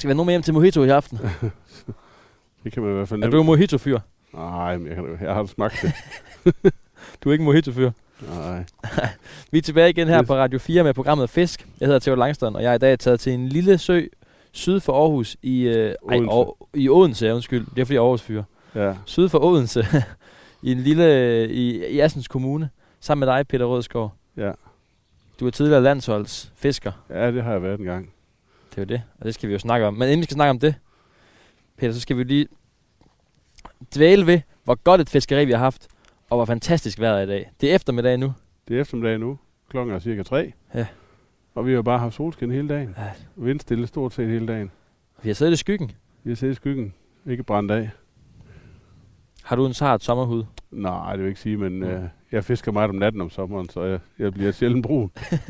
Skal være nogen med hjem til mojito i aften? Det kan man i hvert fald nemt. Er du en mojito-fyr? Nej, men jeg, kan, jeg har smagt det. Du er ikke en mojito-fyr? Nej. Vi er tilbage igen her på Radio fire med programmet Fisk. Jeg hedder Theo Langstrøm, og jeg er i dag taget til en lille sø syd for Aarhus i, øh, Odense. Ej, Or- i Odense, undskyld. Det er fordi Aarhus fyr. Ja. Syd for Odense, i en lille, i, i Assens Kommune, sammen med dig, Peter Rødskov. Ja. Du er tidligere landsholdsfisker. Ja, det har jeg været en gang. Det er jo det, og det skal vi jo snakke om. Men inden vi skal snakke om det, Peter, så skal vi lige dvæle ved, hvor godt et fiskeri vi har haft, og hvor fantastisk vejret er i dag. Det er eftermiddag nu. Det er eftermiddag nu. Klokken er cirka tre. Ja. Og vi har bare haft solskin hele dagen. Ja. Vindstille stort set hele dagen. Vi har siddet i skyggen. Vi har siddet i skyggen. Ikke brændt af. Har du en sart sommerhud? Nej, det vil jeg ikke sige, men mm. øh, jeg fisker meget om natten om sommeren, så jeg, jeg bliver sjældent brun.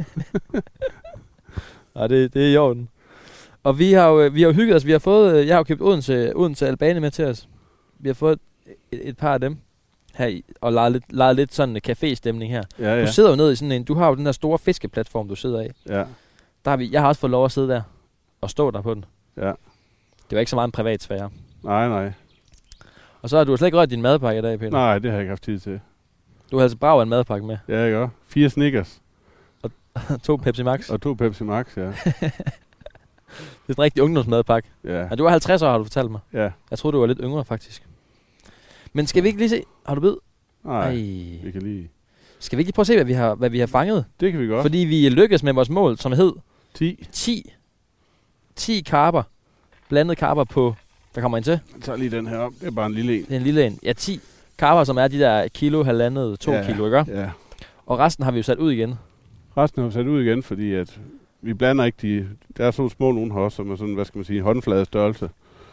Nej, det, det er i orden. Og vi har jo, vi har jo hygget os. Vi har fået, jeg har jo købt Odense, Odense Albane med til os. Vi har fået et, et par af dem her i, og leget lidt, leget lidt sådan en café-stemning her. Ja, ja. Du sidder jo nede i sådan en, du har jo den der store fiskeplatform, du sidder af. Ja. Der har vi, jeg har også fået lov at sidde der og stå der på den. Ja. Det var ikke så meget en privat sfære. Nej, nej. Og så har du slet ikke rørt din madpakke i dag, Peter. Nej, det har jeg ikke haft tid til. Du har altså brav en madpakke med. Ja, jeg gør. Fire Snickers. Og to Pepsi Max. Og to Pepsi Max, ja. Det er en rigtig ungdomsmadpakke. Ja. Ja, du var halvtreds år, har du fortalt mig. Ja. Jeg troede, du var lidt yngre, faktisk. Men skal vi ikke lige se... Har du bid? Nej, Ej. vi kan lige... Skal vi ikke lige prøve at se, hvad vi har, hvad vi har fanget? Det kan vi godt. Fordi vi lykkedes med vores mål, som hed... ti. ti. ti karper. Blandet karper på... Hvad kommer ind til? Jeg tager lige den her op. Det er bare en lille en. Det er en lille en. Ja, ti karper, som er de der kilo, halvandet, to ja, kilo, ikke? Ja. Og resten har vi jo sat ud igen. Resten har vi sat ud igen, fordi at vi blander ikke de... Der er sådan små nogen her også, som er sådan, hvad skal man sige, håndflade størrelse.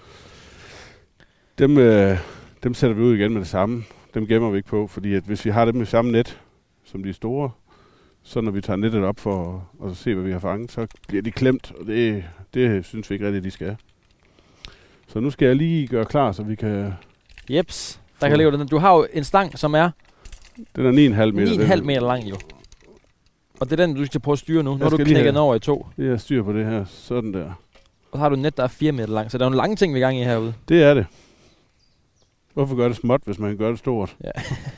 Dem, øh, dem sætter vi ud igen med det samme. Dem gemmer vi ikke på, fordi at hvis vi har dem med samme net, som de store, så når vi tager nettet op for at, at se, hvad vi har fanget, så bliver de klemt, og det, det synes vi ikke rigtigt, de skal. Så nu skal jeg lige gøre klar, så vi kan... Jeps. Der kan ligge den. Du har jo en stang, som er... Den er ni komma fem meter. ni komma fem meter lang, jo. Og det er den, du skal prøve at styre nu. Nu har du knækket den over i to. Det er styr på det her. Sådan der. Og så har du et net, der er fire meter lang. Så der er nogle lange ting, vi er i gang i herude. Det er det. Hvorfor gøre det småt, hvis man kan gøre det stort? Ja.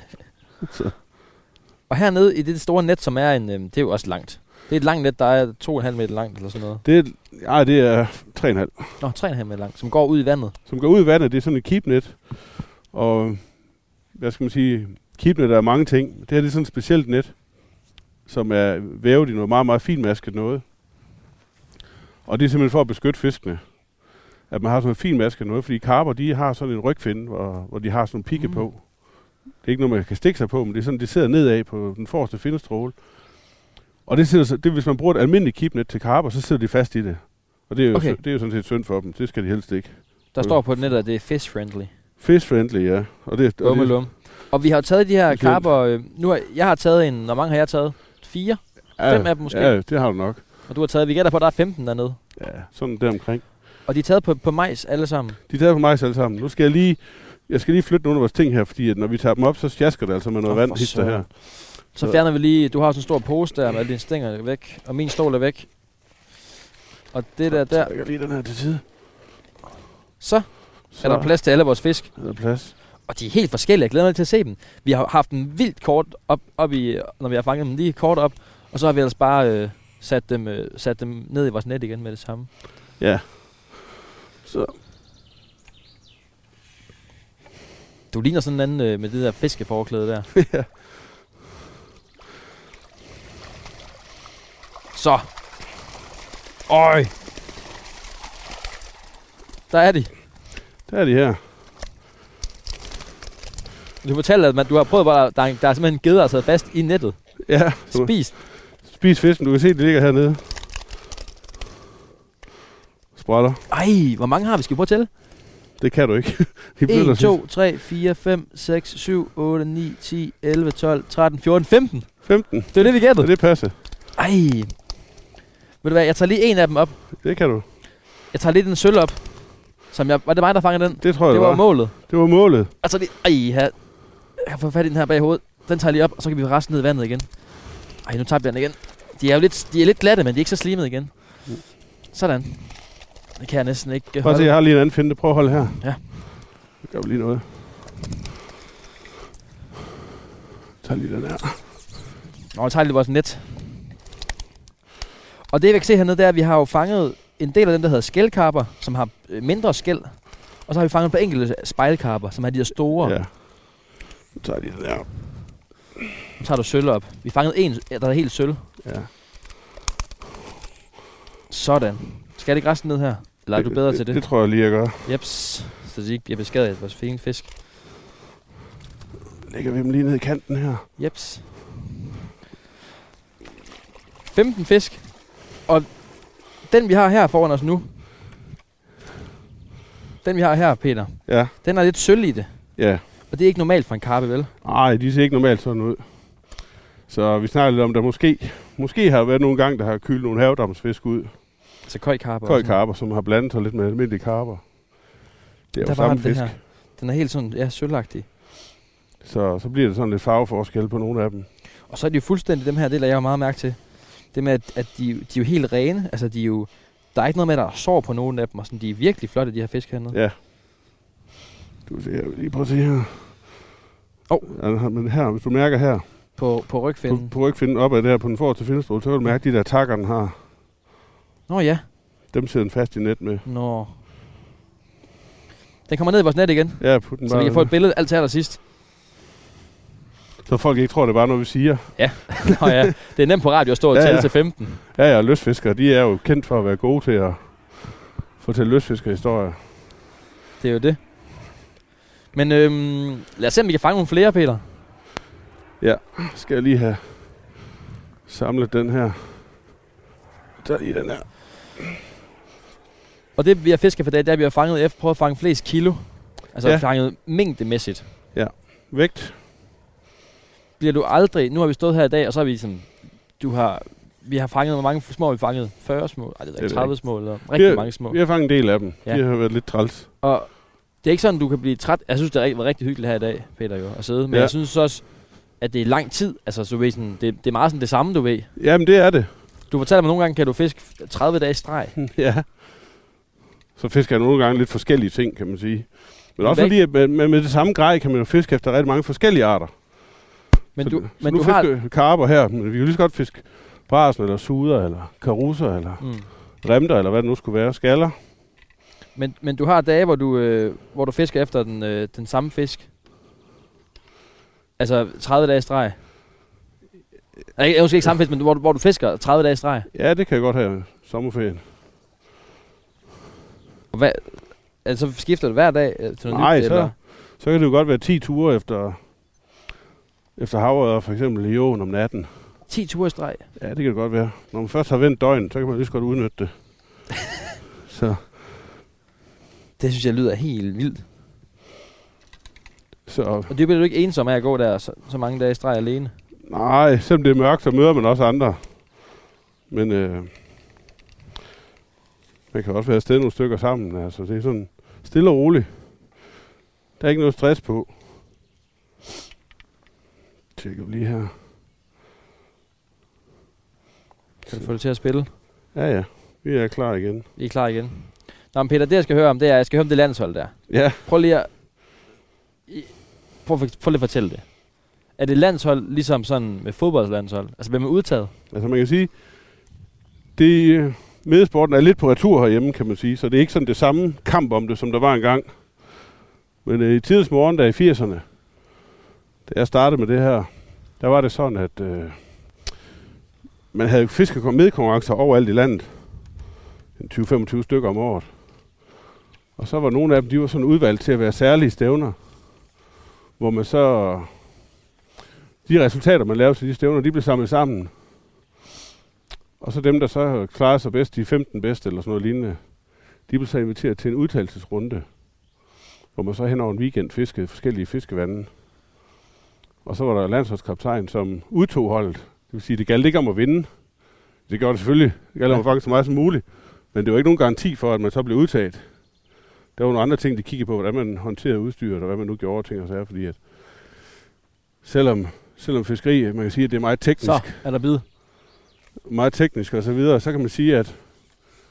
Og hernede i det store net, som er en... Øhm, det er jo også langt. Det er et langt net, der er to komma fem meter langt, eller sådan noget. Det er, ja, det er tre komma fem. Nå, tre komma fem meter langt, som går ud i vandet. Som går ud i vandet, det er sådan et keepnet. Og hvad skal man sige, keepnet er mange ting. Det her det er sådan et specielt net, som er vævet i noget meget, meget finmasket noget. Og det er simpelthen for at beskytte fiskene. At man har sådan en finmasket noget, fordi karper, de har sådan en rygfinde, hvor, hvor de har sådan en pigge mm. på. Det er ikke noget, man kan stikke sig på, men det er sådan, det sidder nedad på den forreste findestråle. Og det sidder, det, hvis man bruger et almindeligt keepnet til karper, så sidder de fast i det. Og det er jo, okay. det er jo sådan set synd for dem. Det skal de helst ikke. Der står på nettet, at det er fish friendly. Fish friendly, ja. Og det, og det, og, og vi har jo taget de her karper. Øh, nu har, jeg har taget en, hvor mange har jeg taget? Fire? Ja, Fem af dem måske? Ja, det har du nok. Og du har taget, vi gætter på, at der er femten dernede. Ja, sådan der omkring. Og de er taget på, på majs alle sammen? De er taget på majs alle sammen. Nu skal jeg lige, jeg skal lige flytte nogle af vores ting her, fordi at når vi tager dem op, så sjasker det altså med noget oh, vand hister her. Så fjerner vi lige, du har sådan en stor pose der med alle dine stænger væk, og min stol er væk. Og det der der. Jeg lige den her til side. Så, så er der plads til alle vores fisk. Er der plads. Og de er helt forskellige, jeg glæder mig til at se dem. Vi har haft dem vildt kort op, op i, når vi har fanget dem lige kort op, og så har vi ellers bare øh, sat, dem, øh, sat dem ned i vores net igen med det samme. Ja. Så. Du ligner sådan en anden øh, med det der fiskeforklæde der. Ja. Så. Øj. Der er de. Der er de her. Du fortalte, at man, du har prøvet bare, der, der er simpelthen en geder, der sidder fast i nettet. Ja. Spis. Spis fisken. Du kan se, de ligger hernede. Sprætter. Ej, hvor mange har vi? Skal vi prøve at tælle? Det kan du ikke. en, to, tre, fire, fem, seks, syv, otte, ni, ti, elleve, tolv, tretten, fjorten, femten. femten. Det er det, vi gættede. Ja, det passer. Ej. Ved du hvad, jeg tager lige en af dem op. Det kan du. Jeg tager lige den sølv op. Som jeg, var det mig, der fangede den? Det tror jeg, det var. var målet. Det var målet. Altså, det, ej, her. Jeg kan få fat i den her bag hovedet. Den tager jeg lige op, og så kan vi resten ned i vandet igen. Ej, nu tager vi den igen. De er jo lidt, de er lidt glatte, men de er ikke så slimede igen. Sådan. Det kan jeg næsten ikke holde. Prøv at se, jeg har lige en anden finde. Prøv at holde her. Ja. Så gør vi lige noget. Tag lige den her. Nå, jeg tager lige vores net. Og det, jeg kan se hernede, det er, at vi har jo fanget en del af dem, der hedder skældkarper, som har mindre skæld. Og så har vi fanget på enkelte spejlkarper, som har de der store. Ja. Nu tager jeg lige den her. Nu tager du sølv op. Vi fangede en, der er helt sølv. Ja. Sådan. Skal det ikke resten ned her? Eller er du bedre det, til det? Det tror jeg lige, jeg gør. Jeps. Så de ikke bliver beskadiget af vores fine fisk. Lægger vi dem lige ned i kanten her. Jeps. femten fisk. Og den vi har her foran os nu. Den vi har her, Peter. Ja. Den er lidt sølv i det. Ja. Og det er ikke normalt for en karpe, vel? Nej, de ser ikke normalt sådan ud. Så vi snakker lidt om, der måske, måske har været nogle gange, der har kylet nogle havdamsfisk ud. Så køjkarper. Køjkarper, som har blandet sig lidt med almindelige karper. Det er der jo samme den fisk. Her. Den er helt sådan, ja, sølvagtig. Så, så bliver det sådan lidt farveforskel på nogle af dem. Og så er de jo fuldstændig dem her, det lader jeg jo meget mærke til. Det med, at, at de, de er jo helt rene. Altså, de er jo, der er ikke noget med, der er sår på nogen af dem. Og sådan, de er virkelig flotte, de her fisk hernede. Ja. Du kan se, jeg vil lige prøve at se her. Åh. Oh. Ja, men her, hvis du mærker her. På, på rygfinden. På, på rygfinden op ad det her på den forreste findestrål, så kan du mærke, de der takker, den har. Nå ja. Dem sidder den fast i net med. Nå. Den kommer ned i vores net igen. Ja, put den så bare. vi kan få et billede alt til allersidst. Så folk ikke tror, det er bare noget, vi siger. Ja. Nå ja. Det er nemt på radio at stå og ja, tælle ja. til femten. Ja, ja, lystfiskere, de er jo kendt for at være gode til at fortælle lystfiskerhistorier. Det er jo det. Men øhm, lad os se, om vi kan fange nogle flere, Peter. Ja, skal jeg lige have samlet den her. Så lige den her. Og det vi har fisket for dag, det er, at vi har fanget efter, prøvet at fange flest kilo. Altså ja. fanget mængdemæssigt. Ja, vægt. Bliver du aldrig, nu har vi stået her i dag, og så har vi sådan, du har, vi har fanget, hvor mange små har vi fanget? fyrre små, ej, det er ikke tredive små, eller rigtig har, mange små. Vi har fanget en del af dem. Ja. De har været lidt træls. Og det er ikke sådan, du kan blive træt. Jeg synes, det har været rigtig hyggeligt her i dag, Peter, jo, at sidde. Men ja. Jeg synes også, at det er lang tid. Altså, så ved sådan, det, det er meget sådan det samme, du ved. Jamen, det er det. Du fortæller mig, at nogle gange kan du fiske tredive dage i streg. Ja. Så fisker jeg nogle gange lidt forskellige ting, kan man sige. Men også fordi, at med, med det samme grej kan man jo fiske efter rigtig mange forskellige arter. Men så, du, så men nu du fisker har karper her, men vi kan jo lige så godt fiske brasen, eller suder, eller karusser, eller mm. remter, eller hvad det nu skulle være, skaller. Men, men du har dage, hvor du, øh, hvor du fisker efter den, øh, den samme fisk. Altså tredive dage i streg. Jeg er måske ikke samme fisk, men hvor, hvor du fisker tredive dage i streg. Ja, det kan jeg godt have sommerferien. Og hvad, altså skifter du hver dag til noget Nej, nyt? så, eller? så kan det jo godt være ti ture efter, efter havørred, for eksempel i åen om natten. ti ture i streg? Ja, det kan det godt være. Når man først har vendt døgnet, så kan man lige så godt udnytte det. Så. Det synes jeg lyder helt vildt. Så. Og det bliver du ikke ensom af at gå der så, så mange dage i streg alene? Nej, selvom det er mørkt, så møder man også andre. Men øh, man kan også være afsted nogle stykker sammen. Altså, det er sådan stille og roligt. Der er ikke noget stress på. Tjekker lige her. Kan du få det til at spille? Ja, ja. Vi er klar igen. Vi er klar igen. Nå, men Peter, det jeg skal høre om, det er, jeg skal høre om det landshold der. Ja. Prøv lige at... Prøv, prøv lige at fortælle det. Er det landshold ligesom sådan med fodboldslandshold? Altså, hvem er udtaget? Altså, man kan sige, det medesporten er lidt på retur herhjemme, kan man sige. Så det er ikke sådan det samme kamp om det, som der var engang. Men øh, i tidens morgen, der i firserne, da jeg startede med det her, der var det sådan, at øh, man havde fiskemedkonkurrencer overalt i landet. tyve til femogtyve stykker om året. Og så var nogle af dem, de var sådan udvalgt til at være særlige stævner. Hvor man så... De resultater, man lavede til de stævner, de blev samlet sammen. Og så dem, der så klarede sig bedst, de femten bedste eller sådan noget lignende, de blev så inviteret til en udtalelsesrunde. Hvor man så hen over en weekend fiskede forskellige fiskevande. Og så var der landsholdskaptajn, som udtog holdet. Det vil sige, det galt ikke om at vinde. Det gjorde det selvfølgelig. Det galt om at faktisk så meget som muligt. Men det var ikke nogen garanti for, at man så blev udtaget. Der var nogle andre ting, de kiggede på, hvordan man håndterede udstyret, og hvad man nu gjorde ting og sager, fordi at selvom, selvom fiskeri, man kan sige, at det er meget teknisk. Så er der bid. Meget teknisk og så videre, så kan man sige, at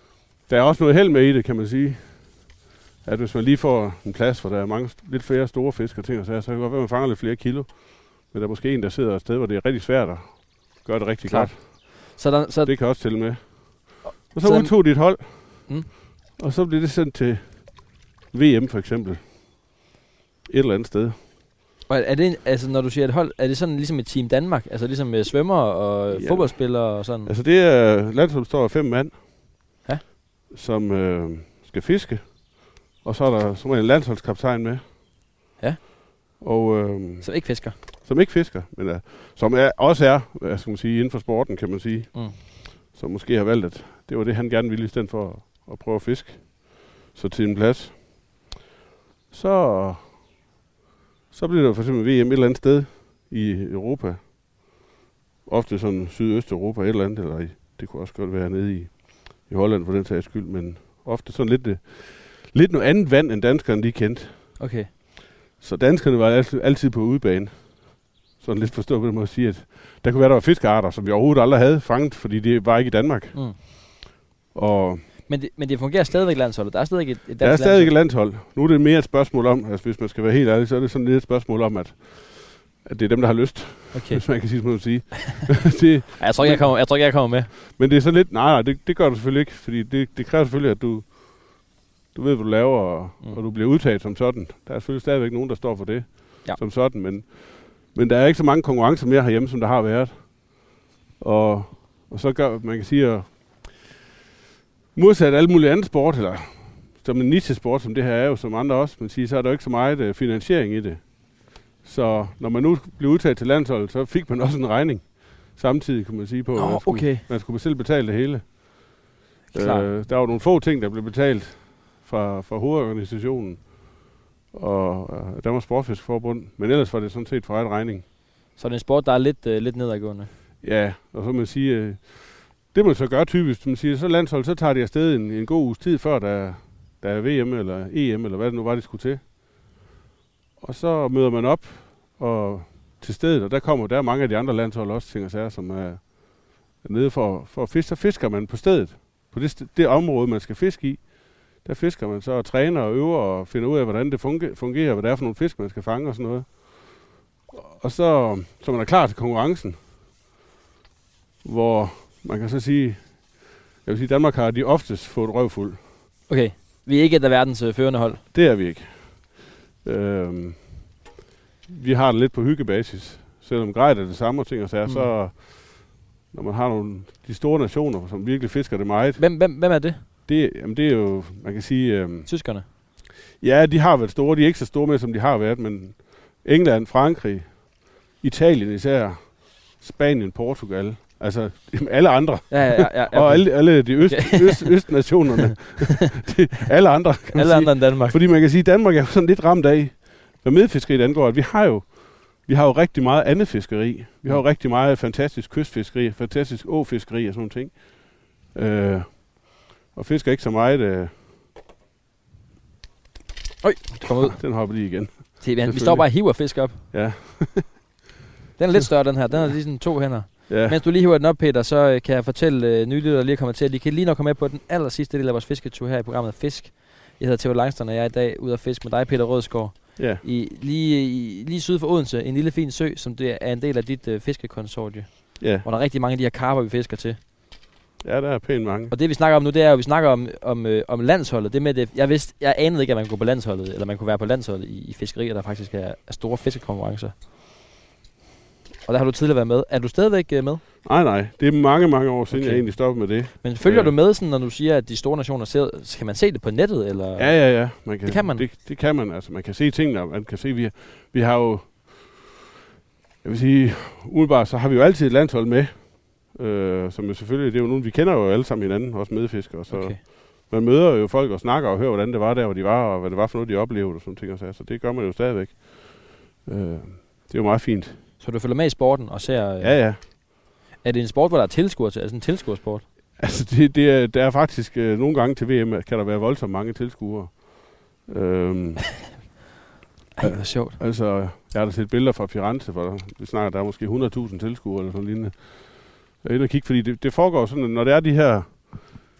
Der er også noget held med i det, kan man sige. At hvis man lige får en plads, hvor der er mange, lidt flere store fisk og ting, og så, så kan det godt være, at man fanger lidt flere kilo. Men der er måske en, der sidder et sted, hvor det er rigtig svært at gøre det rigtig Klart. godt. Så der, så det kan også tælle med. Og så, så udtog de et hold, mm. og så blev det sendt til V M for eksempel. Et eller andet sted. Og er det, altså når du siger et hold, er det sådan ligesom et Team Danmark? Altså ligesom med svømmer og ja. fodboldspillere og sådan? Altså det er landsholdet består af fem mand, ja. som øh, skal fiske. Og så er der som en landsholdskaptajn med. Ja. Og, øh, som ikke fisker? Som ikke fisker, men uh, som er, også er, hvad skal man sige, inden for sporten, kan man sige. Mm. Som måske har valgt, at det var det, han gerne ville, i stedet for at, at prøve at fiske. Så til en plads. Så, så bliver der for eksempel V M et eller andet sted i Europa. Ofte sådan Sydøsteuropa et eller andet, eller i, det kunne også godt være nede i, i Holland for den sags skyld, men ofte sådan lidt, lidt noget andet vand, end danskerne lige kendte. Okay. Så danskerne var altid, altid på udebane. Sådan lidt forstået på det måde at sige, at der kunne være, der var fiskearter, som vi overhovedet aldrig havde fanget, fordi det var ikke i Danmark. Mm. Og men, det, men det fungerer stadigvæk landsholdet? Der er stadig et, et dansk Der er stadig et landshold. Nu er det mere et spørgsmål om, altså hvis man skal være helt ærlig, så er det sådan lidt et spørgsmål om, at, at det er dem, der har lyst. Okay. Hvis man kan sige, som man sige. det, ja, jeg tror ikke, jeg kommer, jeg tror ikke, jeg kommer med. Men det er sådan lidt, nej, nej, det, det gør du selvfølgelig ikke, fordi det, det kræver selvfølgelig, at du, du ved, hvad du laver, og, mm. og du bliver udtaget som sådan. Der er selvfølgelig stadigvæk nogen, der står for det ja. som sådan, men Men der er ikke så mange konkurrencer mere herhjemme, som der har været. Og, og så gør, man kan sige, at modsat alle mulige andre sport, eller som en niche-sport, som det her er jo, som andre også, man siger, så er der ikke så meget uh, finansiering i det. Så når man nu blev udtaget til landsholdet, så fik man også en regning. Samtidig kan man sige på, at oh, man, skulle, okay. man skulle selv betale det hele. Uh, der var nogle få ting, der blev betalt fra, fra hovedorganisationen og uh, Danmarks Sportsfiskforbund, men ellers var det sådan set for ret regning. Så det er en sport, der er lidt, uh, lidt nedadgående? Ja, og så må man sige, uh, det man så gør typisk, man siger, så landshold, så tager de afsted en, en god uges tid før, der, der er V M eller E M, eller hvad det nu var, de skulle til. Og så møder man op og til stedet, og der kommer der er mange af de andre landshold også, ting og sager, som er nede for, for at fiske. Så fisker man på stedet, på det, det område, man skal fiske i. Der fisker man så og træner og øver og finder ud af, hvordan det fungerer, hvad det er for nogle fisk, man skal fange og sådan noget. Og så, så man er klar til konkurrencen, hvor man kan så sige, jeg vil sige, Danmark har de oftest fået røvfuld. Okay, vi er ikke et af verdens øh, førende hold? Det er vi ikke. Øhm, vi har det lidt på hyggebasis, selvom grejet er det samme ting og sager, mm. så når man har nogle de store nationer, som virkelig fisker det meget. Hvem, hvem, hvem er det? Det, jamen det er jo, man kan sige... Øhm, Tyskerne? Ja, de har været store. De er ikke så store med, som de har været, men England, Frankrig, Italien især, Spanien, Portugal, altså alle andre. Ja, ja, ja, ja, okay. Og alle, alle de øst, okay. øst, østnationerne. alle andre, kan man Alle sige. andre end Danmark. Fordi man kan sige, at Danmark er sådan lidt ramt af, hvad medfiskeriet angår, at vi har jo vi har jo rigtig meget andet fiskeri. Vi har jo rigtig meget fantastisk kystfiskeri, fantastisk åfiskeri og sådan ting. Øh, og fisker ikke så meget. Øh. Øj, det kommer ud. Den hopper lige igen. Se, vi står bare og hiver fisk op. Ja. Den er lidt større, den her. Den er lige sådan to hænder. Ja. Mens du lige hiver den op, Peter, så øh, kan jeg fortælle øh, nye lytter, der lige kommer til, at de kan lige nå komme med på den aller sidste del af vores fisketur her i programmet Fisk. Jeg hedder Theo Langstrøm, og jeg er i dag ude at fiske med dig, Peter Rødsgaard. Ja. I, lige, i, lige syd for Odense, en lille fin sø, som det er en del af dit øh, fiskekonsortie. Ja. Hvor der er rigtig mange af de her karper, vi fisker til. Ja, der er pænt mange. Og det vi snakker om nu, det er jo, vi snakker om, om, øh, om landsholdet. Det med det, jeg vidste, jeg anede ikke, at man kunne gå på landsholdet, eller man kunne være på landsholdet i, i fiskerier, der faktisk er, er store fiskekonkurrencer. Og der har du tidligere været med. Er du stadigvæk øh, med? Nej, nej. Det er mange, mange år siden, okay. jeg egentlig stoppede med det. Men følger øh. du med, sådan, når du siger, at de store nationer ser, kan man se det på nettet? Eller? Ja, ja, ja. Man kan, det kan man? Det, det kan man. Altså, man kan se tingene. Man kan se, vi har, vi har jo... Jeg vil sige, umiddelbart, så har vi jo altid et landshold med. Øh, som jo selvfølgelig, det er jo nogen, vi kender jo alle sammen hinanden, også medfiskere. Så okay. Man møder jo folk og snakker og hører, hvordan det var der, hvor de var, og hvad det var for noget, de oplevede og sådan ting. Og så, så det gør man jo stadigvæk. Øh, det er jo meget fint. Så du følger med i sporten og ser... Øh, ja, ja. Er det en sport, hvor der er tilskuere til? Altså en tilskuersport? Altså, det, det er, der er faktisk øh, nogle gange til V M, kan der være voldsomt mange tilskuere. Øhm, Ej, det er sjovt. Altså, jeg har da set billeder fra Firenze, hvor vi snakker, der er måske hundrede tusind tilskuere eller sådan lignende. Jeg er inde og kigge, fordi det, det foregår sådan, at når det er de her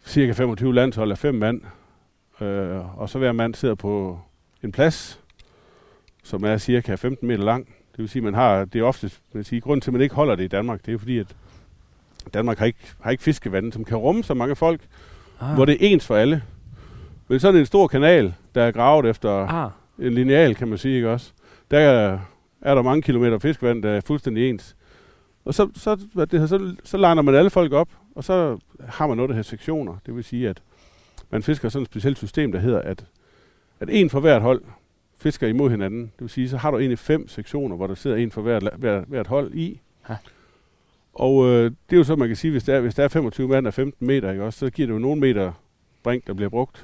cirka femogtyve landshold af fem mand, øh, og så hver mand sidder på en plads, som er cirka femten meter lang. Det vil sige, man har, det er ofte, man siger, grunden til, at man ikke holder det i Danmark, det er fordi, at Danmark har ikke, har ikke fiskevand, som kan rumme så mange folk, ah. hvor det er ens for alle. Men sådan en stor kanal, der er gravet efter ah. en lineal, kan man sige, ikke også? Der er, er der mange kilometer fiskevand, der er fuldstændig ens. Og så, så, det, så, så liner man alle folk op, og så har man noget, der hedder sektioner. Det vil sige, at man fisker sådan et specielt system, der hedder, at, at en for hvert hold fisker imod hinanden. Det vil sige, så har du egentlig fem sektioner, hvor der sidder en for hvert, hvert, hvert hold i. Ha. Og øh, det er jo så, man kan sige, hvis der er, hvis der er femogtyve mand af femten meter, ikke også, så giver det jo nogle meter brink, der bliver brugt.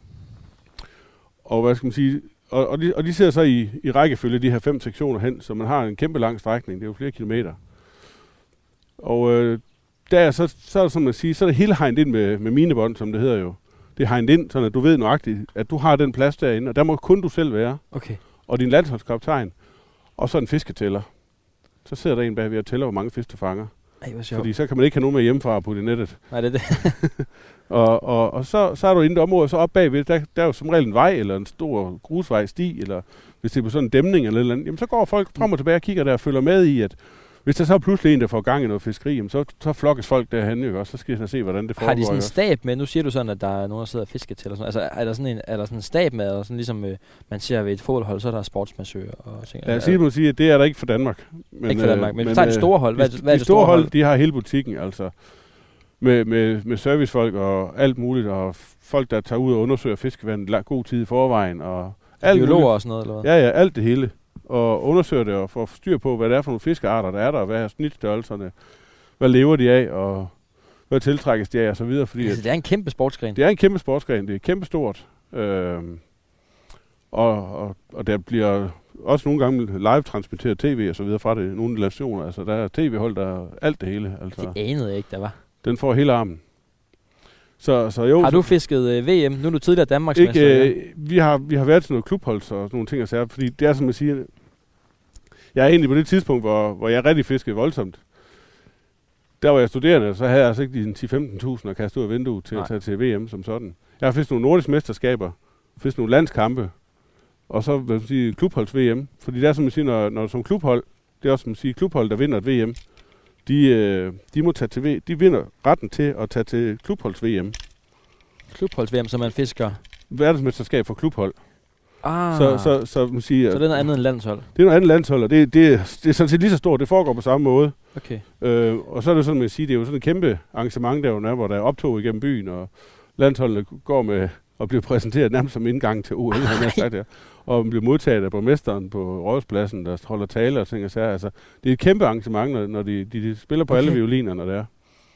Og hvad skal man sige, og, og, de, og de sidder så i, i rækkefølge, de her fem sektioner hen, så man har en kæmpe lang strækning, det er jo flere kilometer. Og øh, der så, så er det, som man siger, så er det hele hegnet ind med, med minebånd, som det hedder jo. Det er hegnet ind, sådan at du ved nøjagtigt, at du har den plads derinde, og der må kun du selv være. Okay. Og din landsholdskaptajn, og så en fisketæller. Så sidder der en bagved og tæller, hvor mange fisk du fanger. Ej, hvor sjovt. Fordi så kan man ikke have nogen med hjemmefra på det nettet. Nej, det er det. og og, og så, så er du inde i det område, så op bagved, der, der er jo som regel en vej, eller en stor grusvej, sti, eller hvis det er på sådan en dæmning eller noget andet, jamen så går folk frem og tilbage og kigger der og følger med i, at hvis der så er pludselig en, der får gang i noget fiskeri, jamen så, så flokkes folk derhen, jo også. Så skal jeg se, hvordan det foregår. Har de sådan en stab med? Nu siger du sådan, at der er nogen, der sidder og fisker til. Altså, er der sådan en, er der sådan en stab med, eller sådan ligesom øh, man ser ved et fodboldhold, så er der sportsmassører og ting? Ja, jeg siger, sige, at det er der ikke for Danmark. Men, ikke for Danmark, men, men tager de store hold. Hvad, de, hvad er de det store hold, hold? De har hele butikken, altså. Med, med, med servicefolk og alt muligt, og folk, der tager ud og undersøger fiskevandet god tid i forvejen. Og alt biologer muligt. Og sådan noget, eller hvad? Ja, ja, alt det hele. Og undersøger det og får styr på, hvad det er for nogle fiskearter, der er der, og hvad er snitstørrelserne, hvad lever de af, og hvad tiltrækkes de af, og så videre. Fordi altså, det er en kæmpe sportsgren. Det er en kæmpe sportsgren, det er kæmpe stort. Øhm, og, og, og der bliver også nogle gange live-transmitteret tv og så videre fra det, nogle nationer. Altså, der er tv-hold, der er alt det hele. Altså, det anede jeg ikke, der var. Den får hele armen. Så, så jo, har du fisket øh, V M? Nu er du tidligere Danmarksmester. Ikke, øh, vi, har, vi har været til noget klubhold og sådan nogle ting, altså, fordi det er som jeg siger, jeg er egentlig på det tidspunkt, hvor, hvor jeg rigtig fiskede voldsomt. Der var jeg studerende, så havde jeg altså ikke de ti til femten tusind at kaste ud af vinduet til Nej. At tage til V M som sådan. Jeg har fisket nogle nordiske mesterskaber, fisket nogle landskampe, og så vil jeg sige, klubholds V M. Fordi det er som man siger, når, når som klubhold, det er også som man siger, klubhold, der vinder et V M, de, øh, de må tage til V M, de vinder retten til at tage til klubholds V M. Klubholds V M, så man fisker? Verdensmesterskab for klubhold. Ah. Så, så, så, man siger, så det er noget andet end landshold? Det er noget andet landshold, og det, det, det er sådan set lige så stort. Det foregår på samme måde. Okay. Øh, og så er det sådan, man siger, det er jo sådan et kæmpe arrangement, der jo er, hvor der er optog igennem byen, og landsholdene går med og bliver præsenteret nærmest som indgang til O L, har jeg sagt, ja. Og bliver modtaget af borgmesteren på Rådhuspladsen, der holder taler og ting og sager. Altså, det er et kæmpe arrangement, når, når de, de, de spiller på okay. alle violiner, når det er.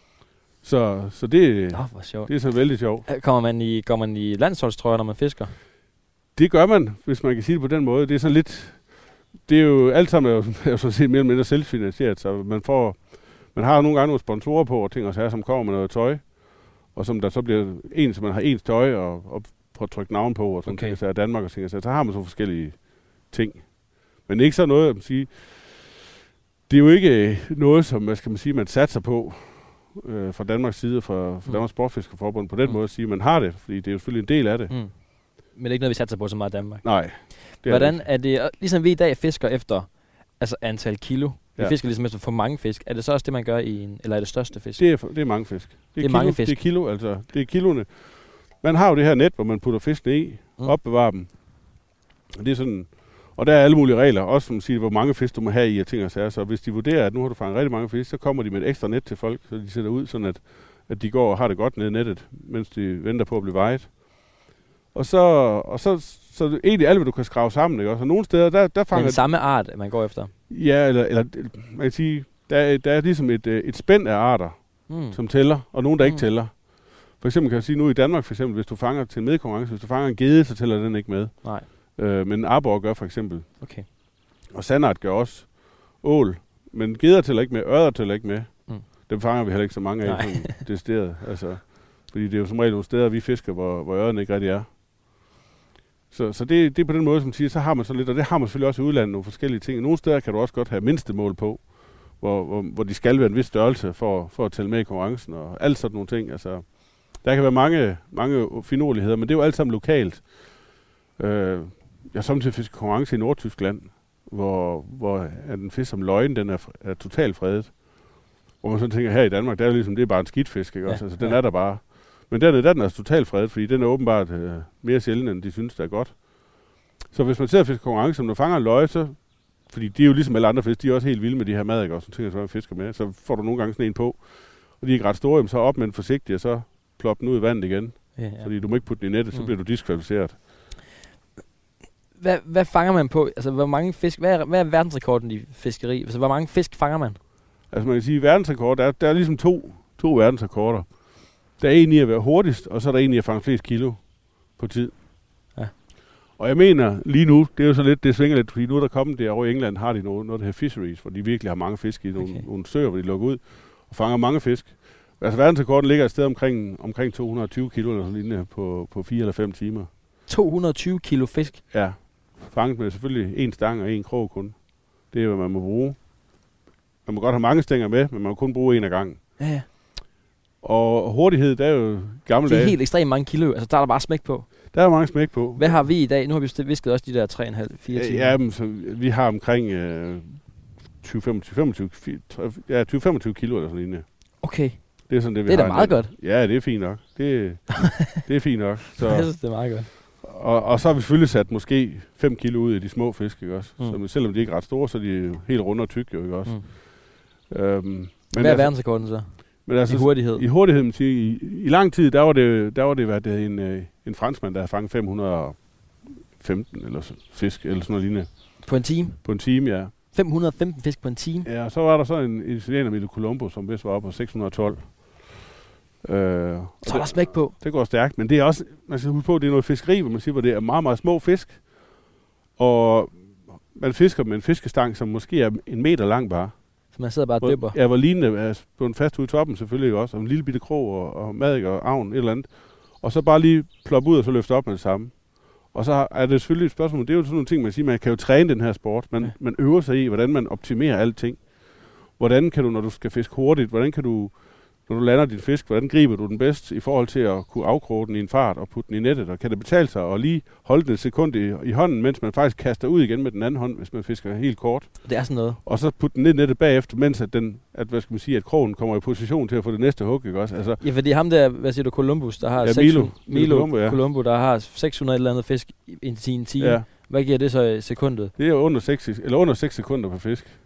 Så, så det, oh, det er så vældig sjovt. Kommer man i, går man i landsholdstrøjer, når man fisker? Det gør man, hvis man kan sige det på den måde. Det er sådan lidt... Det er jo alt sammen er jo, er jo sådan set mere eller mindre selvfinansieret, så man får... Man har nogle gange nogle sponsorer på og ting og sager, som kommer med noget tøj, og som der så bliver en, så man har ens tøj og, og får trykt navn på, og sådan okay. ting, så er Danmark og ting, så, så har man så forskellige ting. Men ikke så noget, at man sige... Det er jo ikke noget, som man skal man sige, man satser på øh, fra Danmarks side, fra, fra Danmarks Sportsfiskerforbund på den mm. måde at sige, at man har det, fordi det er jo selvfølgelig en del af det. Mm. Men det er ikke noget, vi satser på så meget i Danmark. Nej. Det Hvordan er det, er det, ligesom vi i dag fisker efter altså antal kilo, vi ja. fisker ligesom efter for mange fisk, er det så også det, man gør i en, eller er det største fisk? Det er, det er mange fisk. Det er, det er kilo, mange fisk. Det er kilo, altså. Det er kiloene. Man har jo det her net, hvor man putter fiskene i, mm. opbevarer dem. Og det er sådan, og der er alle mulige regler, også som siger, hvor mange fisk du må have i og ting og sager. Så hvis de vurderer, at nu har du fanget rigtig mange fisk, så kommer de med et ekstra net til folk, så de sætter ud, sådan at, at de går og har det godt nede i nettet, mens de venter på at blive vejet. Og så, og så, så det egentlig alt, hvad du kan skrave sammen, ikke også? Og nogle steder, der, der fanger... Den samme art, man går efter? Ja, eller, eller man kan sige, der er, der er ligesom et, et spænd af arter, mm. som tæller, og nogle, der mm. ikke tæller. For eksempel kan jeg sige, nu i Danmark, for eksempel, hvis du fanger til en medkonkurrence, hvis du fanger en gede, så tæller den ikke med. Nej. Øh, men en arbor gør for eksempel. Okay. Og sandart gør også. Ål. Men geder tæller ikke med, ørder tæller ikke med. Mm. Dem fanger vi heller ikke så mange af, sådan decideret. Altså, fordi det er jo som regel nogle steder, vi fisker, hvor, hvor ørerne ikke rigtig er. Så, så det, det er på den måde, som siger, så har man så lidt, og det har man selvfølgelig også i udlandet, nogle forskellige ting. Nogle steder kan du også godt have mindstemål på, hvor, hvor, hvor de skal være en vis størrelse for, for at tælle med i konkurrencen, og alt sådan nogle ting. Altså, Der kan være mange, mange finurligheder, men det er jo alt sammen lokalt. Øh, jeg har samtidig fisket konkurrence i Nordtyskland, hvor, hvor en fisk som løgn, den er, er totalt fredet. Hvor man sådan tænker, her i Danmark, der er ligesom, det er bare en skidtfisk, ikke også? Altså, den ja. er der bare. Men dernede, der er den altså totalt fredet, fordi den er åbenbart øh, mere sjældent, end de synes, det er godt. Så hvis man ser fisk konkurrence, som du fanger en løg, så, fordi de er jo ligesom alle andre fisk, de er også helt vilde med de her mad, ikke også? Så tænker jeg, så man fisker med, så får du nogle gange sådan en på. Og de er ikke ret store, så op med en forsigtig, og så plop den ud i vandet igen. Ja, ja. Fordi du må ikke putte den i nettet, så mm. bliver du diskvalificeret. Hvad, hvad fanger man på? Altså, hvor mange fisk, hvad er, hvad er verdensrekorden i fiskeri? Altså, hvor mange fisk fanger man? Altså, man kan sige, at verdensrekord, der, der er ligesom to, to verdensrekorder. Der er en i at være hurtigst, og så er der en i at fange flest kilo på tid. Ja. Og jeg mener, lige nu, det er jo så lidt, det svinger lidt, fordi nu er der kommet derovre i England, har de noget, noget der hedder fisheries, hvor de virkelig har mange fisk i nogle, okay. nogle søer, hvor de lukker ud og fanger mange fisk. Altså, verdensrekorden ligger et sted omkring, omkring to hundrede og tyve kilo eller sådan lignende på, på fire eller fem timer. to hundrede og tyve kilo fisk? Ja. Fanget med selvfølgelig en stang og en krog kun. Det er, hvad man må bruge. Man må godt have mange stænger med, men man må kun bruge en af gangen. Ja, ja. Og hurtighed, det er jo gamle dage. Det er helt ekstremt mange kilo. Altså, der er der bare smæk på. Der er mange smæk på. Hvad har vi i dag? Nu har vi visket også de der tre komma fem til fire timer. Ja, men så vi har omkring øh, tyve til femogtyve kilo eller sådan lignende. Okay. Det er sådan det, vi det er har da meget godt. Ja, det er fint nok. Det, det er fint nok. Så. Jeg synes, det er meget godt. Og, og så har vi selvfølgelig sat måske fem kilo ud af de små fisk, ikke også? Mm. Så selvom de ikke er ret store, så er de jo helt runde og tykke, ikke også? Mm. Øhm, men Hvad er altså, verdensrekorden så? Men altså, I hurtighed? I hurtighed, man siger, i, i lang tid, der var det, der var det, hvad det en, en franskmand, der havde fanget fem hundrede og femten eller fisk, eller sådan noget lignende. På en time? På en time, ja. fem hundrede og femten fisk på en time? Ja, og så var der så en italiener, Milo Colombo, som vist var oppe på seks hundrede og tolv. Øh, så er der smæk på. Det går stærkt, men det er også, man skal huske på, det er noget fiskeri, hvor man siger, hvor det er meget, meget små fisk. Og man fisker med en fiskestang, som måske er en meter lang bare. Så man sidder bare og dypper? Ja, hvor lignende er på en fast ude i toppen selvfølgelig også, og en lille bitte krog og, og madik og avn, et eller andet. Og så bare lige ploppe ud og så løfte op med det samme. Og så er det selvfølgelig et spørgsmål, det er jo sådan nogle ting, man siger, man kan jo træne den her sport. Man, ja. man øver sig i, hvordan man optimerer alting. Hvordan kan du, når du skal fiske hurtigt, hvordan kan du, når du lander din fisk, hvordan griber du den bedst i forhold til at kunne afkroge den i en fart og putte den i nettet? Og kan det betale sig at lige holde den et sekund i, i hånden, mens man faktisk kaster ud igen med den anden hånd, hvis man fisker helt kort? Det er sådan noget. Og så putte den ned i nettet bagefter, mens at, den, at, hvad skal man sige, at krogen kommer i position til at få det næste hug, ikke også? Altså, ja, fordi ham der, hvad siger du, Columbus, der har ja, seks hundrede, Milo, Milo Colombo, ja. Colombo, der har seks hundrede eller andet fisk i en time. Ja. Hvad giver det så i sekundet? Det er under seks, eller under seks sekunder per fisk.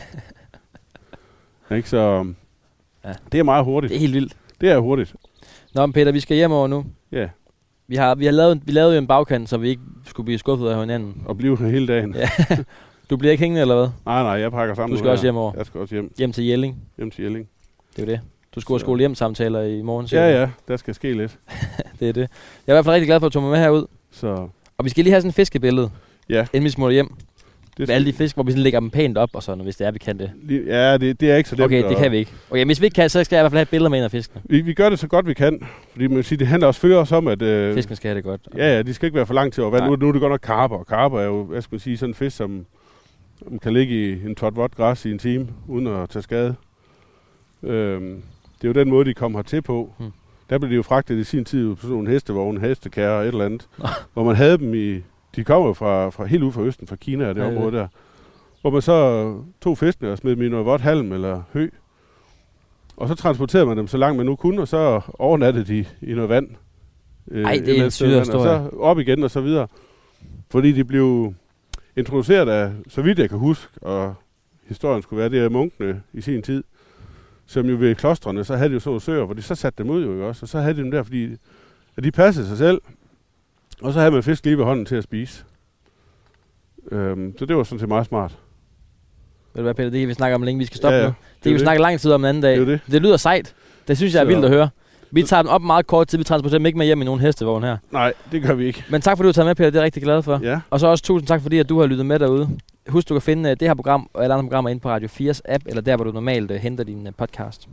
Ikke så... Ja. Det er meget hurtigt. Det er helt vildt. Det er hurtigt. Nå, men Peter, vi skal hjem over nu. Ja. Vi har, vi har lavet, vi lavede jo en bagkant, så vi ikke skulle blive skuffet af hinanden. Og blive hele dagen. Ja. Du bliver ikke hængende, eller hvad? Nej, nej, jeg pakker sammen. Du skal også hjem over. Jeg skal også hjem. Hjem til Jelling. Hjem til Jelling. Det er jo det. Du skulle have skole hjem samtaler i morgen. Ja, ja, der skal ske lidt. Det er det. Jeg er i hvert fald rigtig glad for at tage mig med herud. Så. Og vi skal lige have sådan et fiskebillede. Ja. Inden vi smutter hjem. Med alle de fisk, hvor vi sådan lægger dem pænt op og sådan, hvis det er, vi kan det. Ja, det, det er ikke så nemt. Okay, det kan vi ikke. Okay, hvis vi ikke kan, så skal jeg i hvert fald have et billede med en af fiskene. Vi, vi gør det så godt vi kan, fordi man siger, det handler også selvfølgelig også om, at... Øh, fiskene skal have det godt. Ja, ja, de skal ikke være for lang tid over vand. Nu, nu er det godt nok karper, og karper er jo, hvad skal man sige, sådan en fisk, som, som kan ligge i en tot vådt græs i en time, uden at tage skade. Øhm, det er jo den måde, de kom hertil på. Hmm. Der blev de jo fragtet i sin tid på sådan nogle hestevogne, hestekærer og et eller andet, hvor man havde dem i... De kommer fra, fra helt ude fra Østen, fra Kina og det ja, område der. Hvor man så tog fiskene og smed dem i noget vådt halm eller hø. Og så transporterede man dem så langt man nu kunne, og så overnattede de i noget vand. Nej, øh, det er en syg historie. Og så op igen og så videre. Fordi de blev introduceret af, så vidt jeg kan huske, og historien skulle være, det er munkene i sin tid, som jo ved klostrene, så havde de jo sådan nogle søer, hvor de så satte dem ud jo, ikke også? Og så havde de dem der, fordi at de passede sig selv. Og så havde man fisk lige ved hånden til at spise. Øhm, så det var sådan set meget smart. Ved du hvad, Peter, det kan vi snakke om længe, vi skal stoppe ja, ja. nu. Det, det kan vi det. snakke lang tid om en anden dag. Det, det. det lyder sejt. Det synes jeg er så. vildt at høre. Vi tager dem op meget kort tid, vi transporterer dem ikke med hjem i nogen hestevogn her. Nej, det gør vi ikke. Men tak fordi du tager med, Peter, det er jeg rigtig glad for. Ja. Og så også tusind tak fordi, at du har lyttet med derude. Husk, du kan finde det her program og alle andre programmer inde på Radio fires app, eller der, hvor du normalt uh, henter din uh, podcast.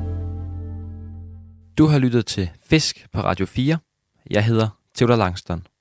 Du har lyttet til Fisk på Radio fire. Jeg hedder Theodor Langston.